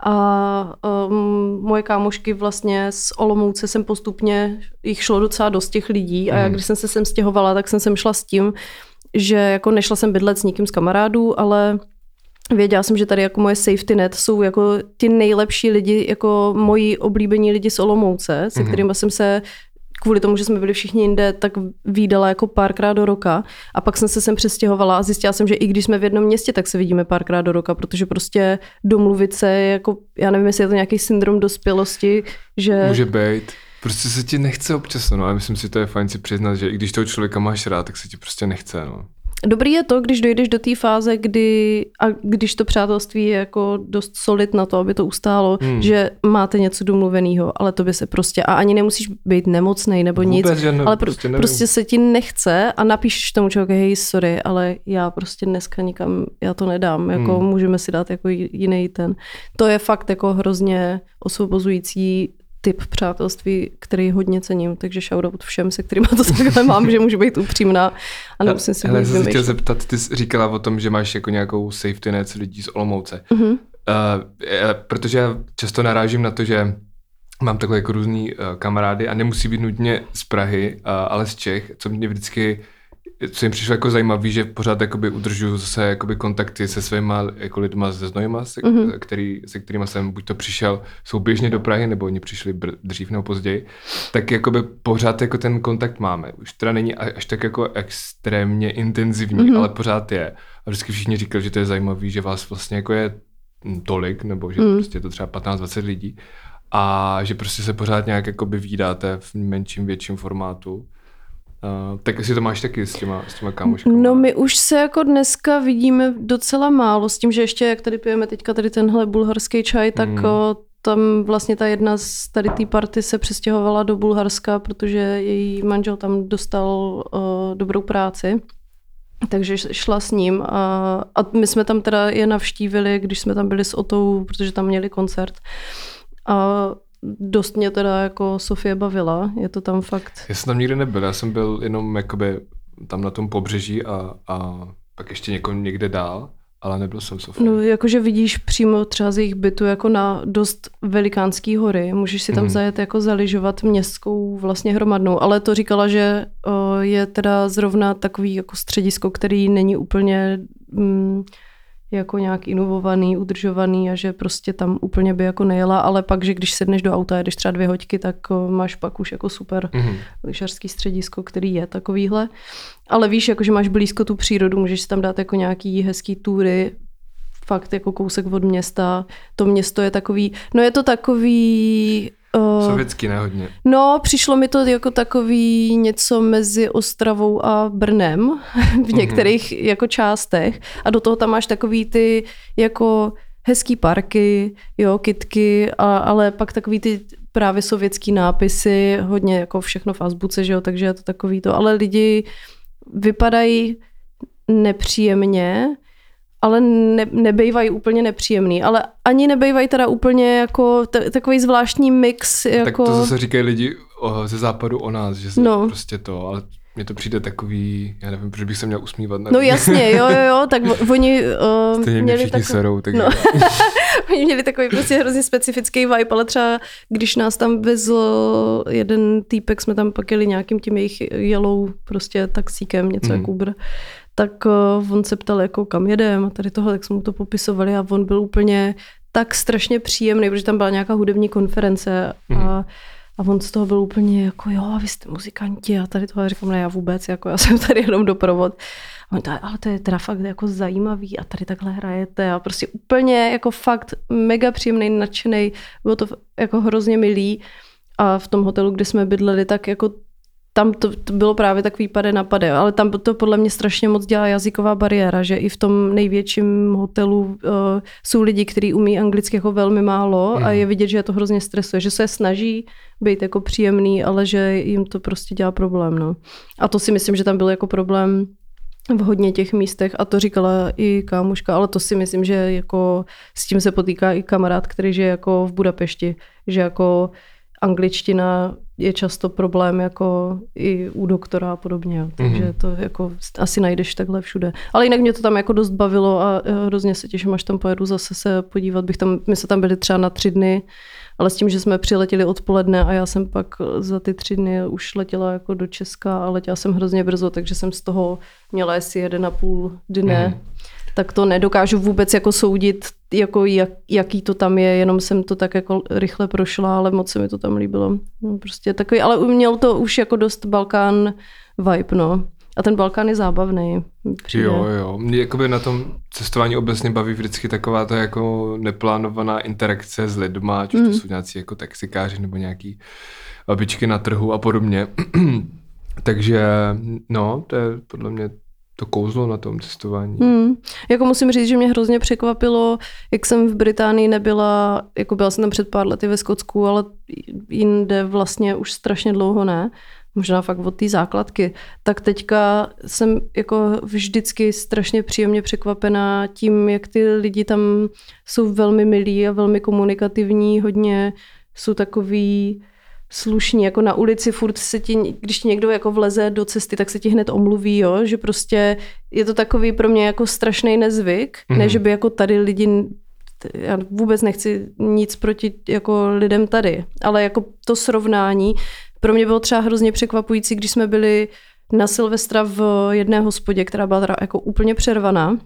A moje kámošky vlastně z Olomouce jsem postupně, jich šlo docela dost těch lidí a já, když jsem se sem stěhovala, tak jsem sem šla s tím, že jako nešla jsem bydlet s nikým z kamarádů, ale věděla jsem, že tady jako moje safety net jsou jako ti nejlepší lidi, jako moji oblíbení lidi z Olomouce, se kterými jsem se kvůli tomu, že jsme byli všichni jinde, tak vídala jako párkrát do roka a pak jsem se sem přestěhovala a zjistila jsem, že i když jsme v jednom městě, tak se vidíme párkrát do roka, protože prostě domluvit se jako, já nevím, jestli je to nějaký syndrom dospělosti, že... Může být. Prostě se ti nechce občas, no, ale myslím si, to je fajn si přiznat, že i když toho člověka máš rád, tak se ti prostě nechce, no. Dobrý je to, když dojdeš do té fáze, když to přátelství je jako dost solid na to, aby to ustálo, že máte něco domluveného, ale to by se prostě, a ani nemusíš být nemocnej nebo nic, ale prostě se ti nechce a napíšeš tomu člověku, hej, sorry, ale já prostě dneska nikam, já to nedám, jako můžeme si dát jako jiný ten. To je fakt jako hrozně osvobozující typ přátelství, který hodně cením, takže shoutout všem, se kterýma to takhle mám, že můžu být upřímná a nemusím si být vymýšlet. Chtěl zeptat, ty jsi říkala o tom, že máš jako nějakou safety net lidí z Olomouce. Protože já často narážím na to, že mám takhle jako různý kamarády a nemusí být nutně z Prahy, ale z Čech, co mě vždycky co jim přišlo jako zajímavý, že pořád jakoby udržuju zase jakoby kontakty se svýma jako lidma ze Znojma, se kterýma jsem buď to přišel souběžně do Prahy, nebo oni přišli dřív nebo později, tak jakoby pořád jako ten kontakt máme. Už teda není až tak jako extrémně intenzivní, ale pořád je. A vždycky všichni říkali, že to je zajímavý, že vás vlastně jako je tolik, nebo že prostě je to třeba 15-20 lidí a že prostě se pořád nějak jakoby vídáte v menším, větším formátu. Tak jestli to máš taky s těma kámoškama? No my už se jako dneska vidíme docela málo s tím, že ještě jak tady pijeme teďka tady tenhle bulharský čaj, tak tam vlastně ta jedna z tady té party se přestěhovala do Bulharska, protože její manžel tam dostal dobrou práci. Takže šla s ním a my jsme tam teda je navštívili, když jsme tam byli s Otou, protože tam měli koncert. A dost mě teda jako Sofie bavila, je to tam fakt. Já jsem tam nikdy nebyl, já jsem byl jenom jakoby tam na tom pobřeží a pak ještě někde dál, ale nebyl jsem Sofii. No, jakože vidíš přímo třeba z jejich bytu jako na dost velikánský hory. Můžeš si tam zajet jako zaližovat městskou vlastně hromadnou, ale to říkala, že je teda zrovna takový jako středisko, který není úplně jako nějak inovovaný, udržovaný a že prostě tam úplně by jako nejela, ale pak, že když sedneš do auta, jedeš třeba 2 hoďky, tak máš pak už jako super lyžařský středisko, který je takovýhle. Ale víš, jako že máš blízko tu přírodu, můžeš si tam dát jako nějaký hezký túry, fakt jako kousek od města. To město je takový, no je to takový... Sovětský nehodně. No, přišlo mi to jako takový něco mezi Ostravou a Brnem v některých jako částech a do toho tam máš takový ty jako hezký parky, jo, kytky, ale pak takový ty právě sovětský nápisy, hodně jako všechno v azbuce, že jo, takže je to takový to, ale lidi vypadají nepříjemně, ale nebejvají úplně nepříjemný, ale ani nebejvají teda úplně jako takový zvláštní mix. Jako... Tak to zase říkají lidi ze západu o nás, že se prostě to, ale mně to přijde takový, já nevím, proč bych se měl usmívat. No jasně, jo, tak oni měli všichni serou, takže... No. Oni měli takový prostě hrozně specifický vibe, ale třeba když nás tam vezl jeden týpek, jsme tam pak jeli nějakým tím jejich jelou prostě taxíkem, něco jako Uber, tak on se ptal, jako kam jedem a tady tohle, tak jsme mu to popisovali a on byl úplně tak strašně příjemný, protože tam byla nějaká hudební konference a on z toho byl úplně jako jo, vy jste muzikanti a tady tohle říkám, ne, já vůbec, jako já jsem tady jenom doprovod. A on to, ale to je teda fakt jako zajímavý a tady takhle hrajete a prostě úplně jako fakt mega příjemný, nadšenej, bylo to jako hrozně milý a v tom hotelu, kde jsme bydleli, tak jako tam to bylo právě takový pade na pade, ale tam to podle mě strašně moc dělá jazyková bariéra, že i v tom největším hotelu jsou lidi, kteří umí anglicky jako velmi málo a je vidět, že je to hrozně stresuje, že se snaží být jako příjemný, ale že jim to prostě dělá problém. No. A to si myslím, že tam byl jako problém v hodně těch místech a to říkala i kámoška, ale to si myslím, že jako s tím se potýká i kamarád, který žije jako v Budapešti, že jako angličtina je často problém jako i u doktora a podobně, takže to jako asi najdeš takhle všude. Ale jinak mě to tam jako dost bavilo a hrozně se těším, až tam pojedu zase se podívat. My se tam byli třeba na 3 dny, ale s tím, že jsme přiletěli odpoledne a já jsem pak za ty 3 dny už letěla jako do Česka a letěla jsem hrozně brzo, takže jsem z toho měla asi 1,5 dne. Tak to nedokážu vůbec jako soudit, jako jaký to tam je, jenom jsem to tak jako rychle prošla, ale moc se mi to tam líbilo. No, prostě takový, ale měl to už jako dost Balkán vibe, no. A ten Balkán je zábavný. Jo. Mě jakoby na tom cestování obecně baví vždycky taková ta jako neplánovaná interakce s lidma, ať už to jsou nějací jako taxikáři nebo nějaký babičky na trhu a podobně. Takže no, to je podle mě to kouzlo na tom cestování. Jako musím říct, že mě hrozně překvapilo, jak jsem v Británii nebyla, jako byla jsem tam před pár lety ve Skotsku, ale jinde vlastně už strašně dlouho ne, možná fakt od té základky, tak teďka jsem jako vždycky strašně příjemně překvapená tím, jak ty lidi tam jsou velmi milí a velmi komunikativní, hodně jsou takový slušní, jako na ulici furt se ti, když ti někdo jako vleze do cesty, tak se ti hned omluví, jo? Že prostě je to takový pro mě jako strašný nezvyk, ne, že by jako tady lidi, já vůbec nechci nic proti jako lidem tady, ale jako to srovnání pro mě bylo třeba hrozně překvapující, když jsme byli na Silvestra v jedné hospodě, která byla teda jako úplně přervaná.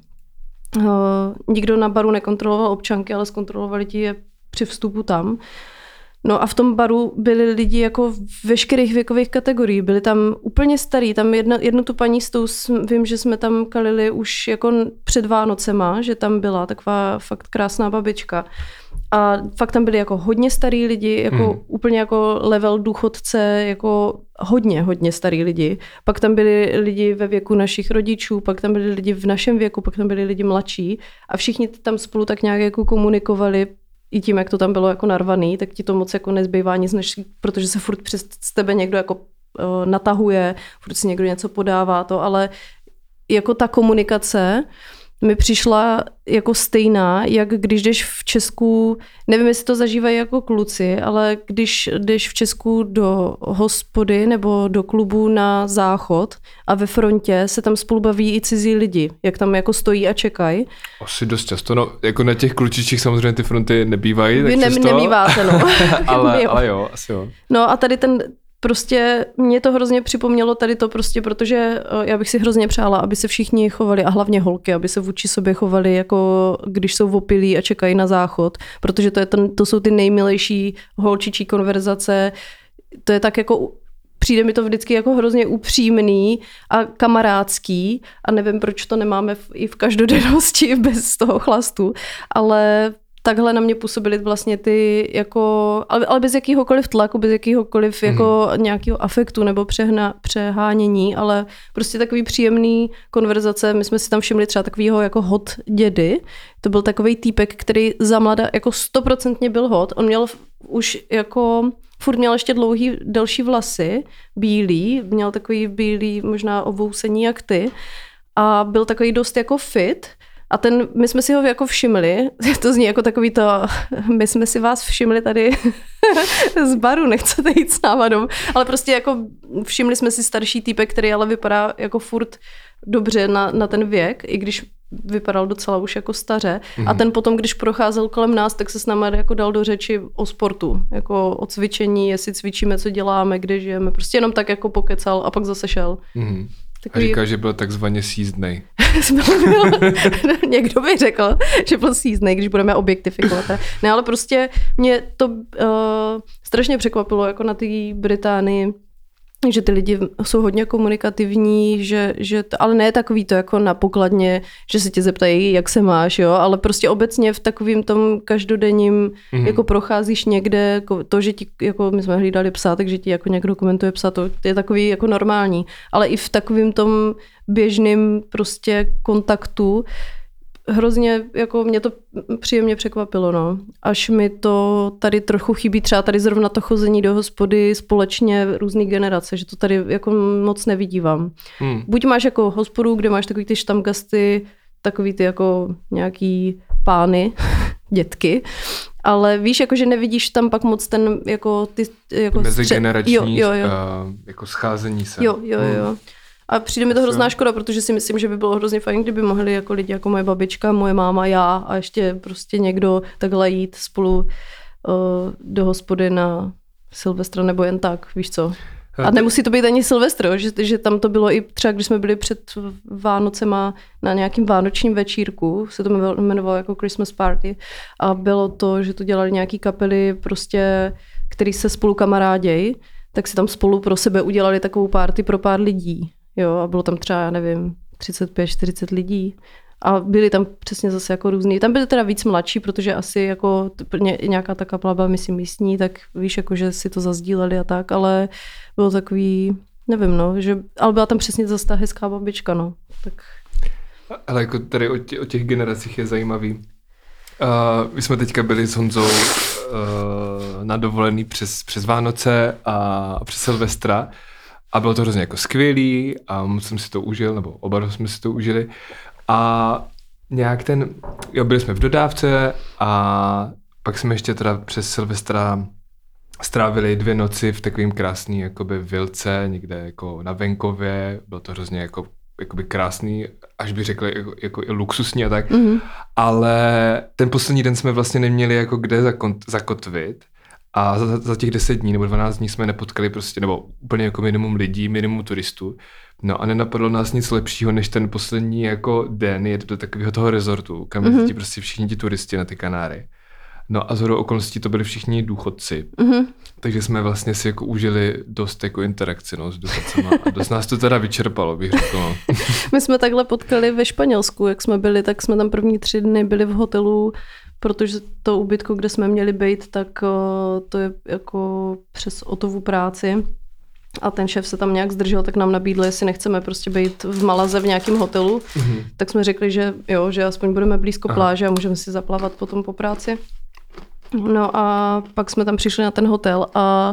Nikdo na baru nekontroloval občanky, ale zkontrolovali ti je při vstupu tam. No a v tom baru byli lidi jako veškerých věkových kategorií. Byli tam úplně starí, tam jednu tu paní s tou, vím, že jsme tam kalili už jako před Vánocema, že tam byla taková fakt krásná babička. A fakt tam byli jako hodně starý lidi, jako úplně jako level důchodce, jako hodně starý lidi. Pak tam byli lidi ve věku našich rodičů, pak tam byli lidi v našem věku, pak tam byli lidi mladší a všichni tam spolu tak nějak jako komunikovali. I tím, jak to tam bylo jako narvaný, tak ti to moc jako nezbývá nic, než, protože se furt přes tebe někdo jako natahuje, furt si někdo něco podává to, ale jako ta komunikace mi přišla jako stejná, jak když jdeš v Česku, nevím, jestli to zažívají jako kluci, ale když jdeš v Česku do hospody nebo do klubu na záchod a ve frontě se tam spolu baví i cizí lidi, jak tam jako stojí a čekají. Asi dost často, no jako na těch klučičích samozřejmě ty fronty nebývají. Vy nemýváte, no. ale jo, asi jo. No a tady prostě mě to hrozně připomnělo tady to prostě, protože já bych si hrozně přála, aby se všichni chovali a hlavně holky, aby se vůči sobě chovali jako když jsou opilí a čekají na záchod, protože to jsou ty nejmilejší holčičí konverzace. To je tak jako, přijde mi to vždycky jako hrozně upřímný a kamarádský a nevím, proč to nemáme i v každodennosti bez toho chlastu, ale takhle na mě působily vlastně ty jako, ale bez jakýhokoliv tlaku, bez jakýhokoliv jako nějakého afektu nebo přehánění, ale prostě takový příjemný konverzace. My jsme si tam všimli třeba takovýho jako hot dědy. To byl takovej týpek, který za mlada jako 100% byl hot. On měl už jako, furt měl ještě dlouhý, delší vlasy, bílý, měl takový bílý možná ovousení jak ty a byl takový dost jako fit. A my jsme si ho jako všimli, to zní jako takový to, my jsme si vás všimli tady z baru, nechcete jít s náma domů, ale prostě jako všimli jsme si starší týpek, který ale vypadá jako furt dobře na ten věk, i když vypadal docela už jako staře. A ten potom, když procházel kolem nás, tak se s námi jako dal do řeči o sportu, jako o cvičení, jestli cvičíme, co děláme, kde žijeme, prostě jenom tak jako pokecal a pak zase šel. Takový... A říkal, že byl takzvaně sízdnej. Někdo by řekl, že byl sízdnej, když budeme objektifikovat. Ne, ale prostě mě to strašně překvapilo jako na té Británii, že ty lidi jsou hodně komunikativní, ale ne takový to jako na pokladně, že se tě zeptají, jak se máš, jo, ale prostě obecně v takovým tom každodenním, jako procházíš někde, to, že ti, jako my jsme hlídali psa, takže ti jako někdo komentuje psa, to je takový jako normální, ale i v takovým tom běžným prostě kontaktu hrozně, jako mě to příjemně překvapilo, no. Až mi to tady trochu chybí, třeba tady zrovna to chození do hospody společně různý generace, že to tady jako moc nevidívám. Buď máš jako hospodu, kde máš takový ty štamgasty, takový ty jako nějaký pány, dětky, ale víš, jako, že nevidíš tam pak moc ten jako ty jako mezigenerační jako scházení se. Jo. A přijde mi to hrozná škoda, protože si myslím, že by bylo hrozně fajn, kdyby mohli jako lidi jako moje babička, moje máma, já a ještě prostě někdo takhle jít spolu do hospody na Silvestra nebo jen tak, víš co. A nemusí to být ani Silvestr, že tam to bylo i třeba, když jsme byli před Vánocema na nějakým vánočním večírku, se to jmenovalo jako Christmas party a bylo to, že to dělali nějaký kapely prostě, který se spolu kamarádějí, tak si tam spolu pro sebe udělali takovou party pro pár lidí. Jo, a bylo tam třeba, já nevím, 35-40 lidí. A byli tam přesně zase jako různý. Tam byli teda víc mladší, protože asi jako nějaká ta kapela byla, myslím, místní, tak víš, jako, že si to zazdíleli a tak, ale bylo takový, nevím, no, ale byla tam přesně zase ta hezká babička, no. Tak. Ale jako tady o těch generacích je zajímavý. My jsme teďka byli s Honzou na dovolený přes Vánoce a přes Silvestra. A bylo to hrozně jako skvělý a moc jsem si to užil, nebo oba jsme si to užili. A nějak byli jsme v dodávce a pak jsme ještě teda přes Silvestra strávili 2 noci v takovým krásný jakoby vilce, někde jako na venkově. Bylo to hrozně jakoby krásný, až bych řekl jako i luxusní a tak. Ale ten poslední den jsme vlastně neměli jako kde zakotvit. A za těch 10 dní nebo 12 dní jsme nepotkali prostě, nebo úplně jako minimum lidí, minimum turistů. No a nenapadlo nás nic lepšího, než ten poslední jako den jet do takového toho rezortu, kam jezdí prostě všichni ti turisti na ty Kanáry. No a shodou okolností to byli všichni důchodci. Takže jsme vlastně si jako užili dost jako interakci, no, s důchodcema. A dost nás to teda vyčerpalo, bych řekl. No. My jsme takhle potkali ve Španělsku, jak jsme byli, tak jsme tam první 3 dny byli v hotelu, protože to ubytko, kde jsme měli být, tak to je jako přes Otovu práci. A ten šéf se tam nějak zdržel, tak nám nabídl, jestli nechceme prostě být v Malaze v nějakém hotelu. Tak jsme řekli, že jo, že aspoň budeme blízko pláže a můžeme si zaplavat potom po práci. No a pak jsme tam přišli na ten hotel a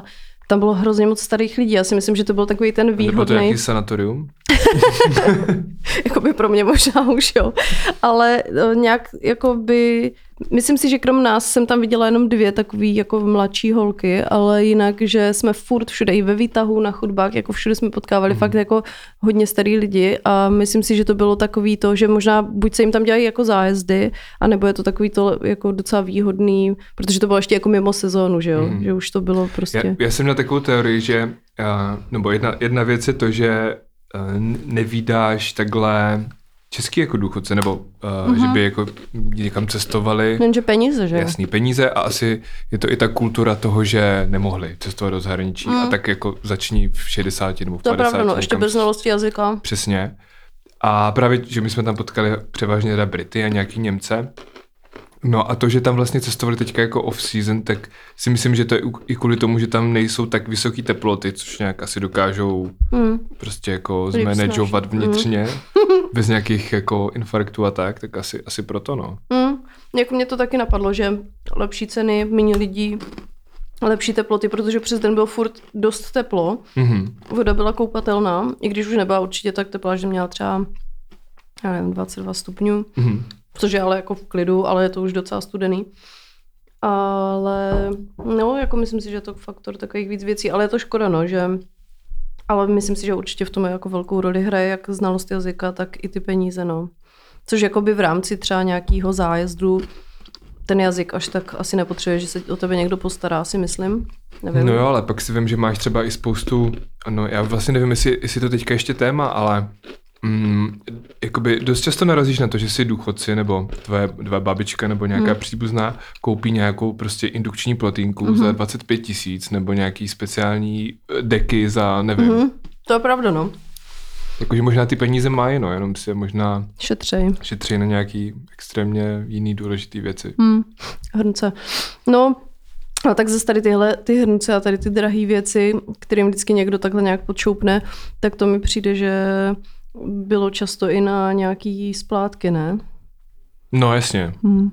tam bylo hrozně moc starých lidí. Já si myslím, že to byl takový ten výhodný... Nebo to nějaký sanatorium? Jakoby pro mě možná už, jo. Ale nějak jakoby... Myslím si, že krom nás jsem tam viděla jenom 2 takový jako mladší holky, ale jinak, že jsme furt všude i ve výtahu, na chodbách, jako všude jsme potkávali fakt jako hodně starý lidi a myslím si, že to bylo takový to, že možná buď se jim tam dělají jako zájezdy, anebo je to takový to jako docela výhodný, protože to bylo ještě jako mimo sezónu, že jo, že už to bylo prostě... Já jsem měl takovou teorii, že, nebo jedna věc je to, že nevídáš takhle český jako důchodce, nebo že by jako někam cestovali. Jenže peníze, že? Jasný, peníze a asi je to i ta kultura toho, že nemohli cestovat do zahraničí a tak jako začni v 60 nebo v 50. To je pravda, no, ještě bez znalosti jazyka. Přesně. A právě, že my jsme tam potkali převážně teda Brity a nějaký Němce. No a to, že tam vlastně cestovali teďka jako off-season, tak si myslím, že to je i kvůli tomu, že tam nejsou tak vysoké teploty, což nějak asi dokážou prostě jako zmanagovat vnitřně, bez nějakých jako infarktů a tak asi proto, no. Jako mě to taky napadlo, že lepší ceny, méně lidí, lepší teploty, protože přes den bylo furt dost teplo, voda byla koupatelná, i když už nebyla určitě tak teplá, že měla třeba, já nevím, 22 stupňů. Což je ale jako v klidu, ale je to už docela studený. Ale no, jako myslím si, že je to faktor takových víc věcí, ale je to škoda, no, že... Ale myslím si, že určitě v tom jako velkou roli hraje jak znalost jazyka, tak i ty peníze, no. Což jakoby v rámci třeba nějakého zájezdu ten jazyk až tak asi nepotřebuje, že se o tebe někdo postará, si myslím. Nevím. No jo, ale pak si vím, že máš třeba i spoustu, no já vlastně nevím, jestli to teďka ještě téma, ale jakoby dost často narazíš na to, že si důchodci nebo tvoje babička nebo nějaká příbuzná koupí nějakou prostě indukční plotínku za 25 000 nebo nějaký speciální deky za, nevím. To je pravda, no. Jakože možná ty peníze mají, no, jenom si je možná šetří na nějaký extrémně jiný důležitý věci. Hrnce. No, a tak zase tady ty hrnce a tady ty drahé věci, kterým vždycky někdo takhle nějak podšoupne, tak to mi přijde, že bylo často i na nějaký splátky, ne? No, jasně.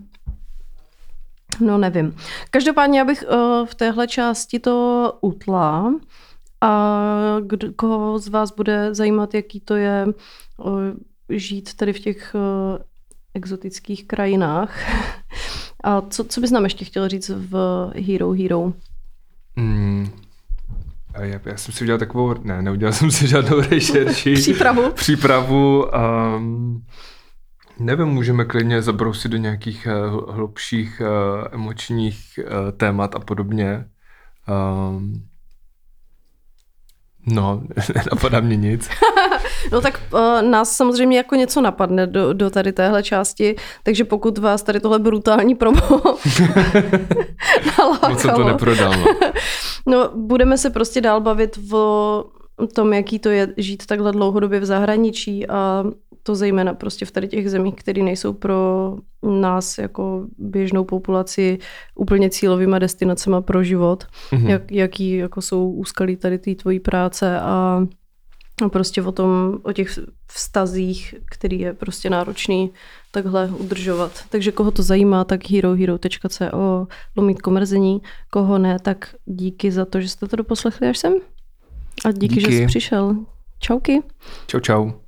No, nevím. Každopádně já bych v téhle části to utla a koho z vás bude zajímat, jaký to je žít tady v těch exotických krajinách. A co bys nám ještě chtěl říct v Hero? Já jsem si udělal takovou, neudělal jsem si žádnou rešerši. Přípravu. Nevím, můžeme klidně zabrousit do nějakých hlubších emočních témat a podobně. No, nenapadá mě nic. No tak nás samozřejmě jako něco napadne do tady téhle části, takže pokud vás tady tohle brutální promo nalákalo. Moc jsem to neprodal, no. No, budeme se prostě dál bavit o tom, jaký to je žít takhle dlouhodobě v zahraničí a to zejména prostě v tady těch zemích, které nejsou pro nás jako běžnou populaci úplně cílovýma destinacema pro život. Jaký jako jsou úskalí tady té tvojí práce a prostě o těch vztazích, který je prostě náročný takhle udržovat. Takže koho to zajímá, tak herohero.co/mrzení. Koho ne, tak díky za to, že jste to doposlechli až sem. A díky. Že jsi přišel. Čauky. Čau.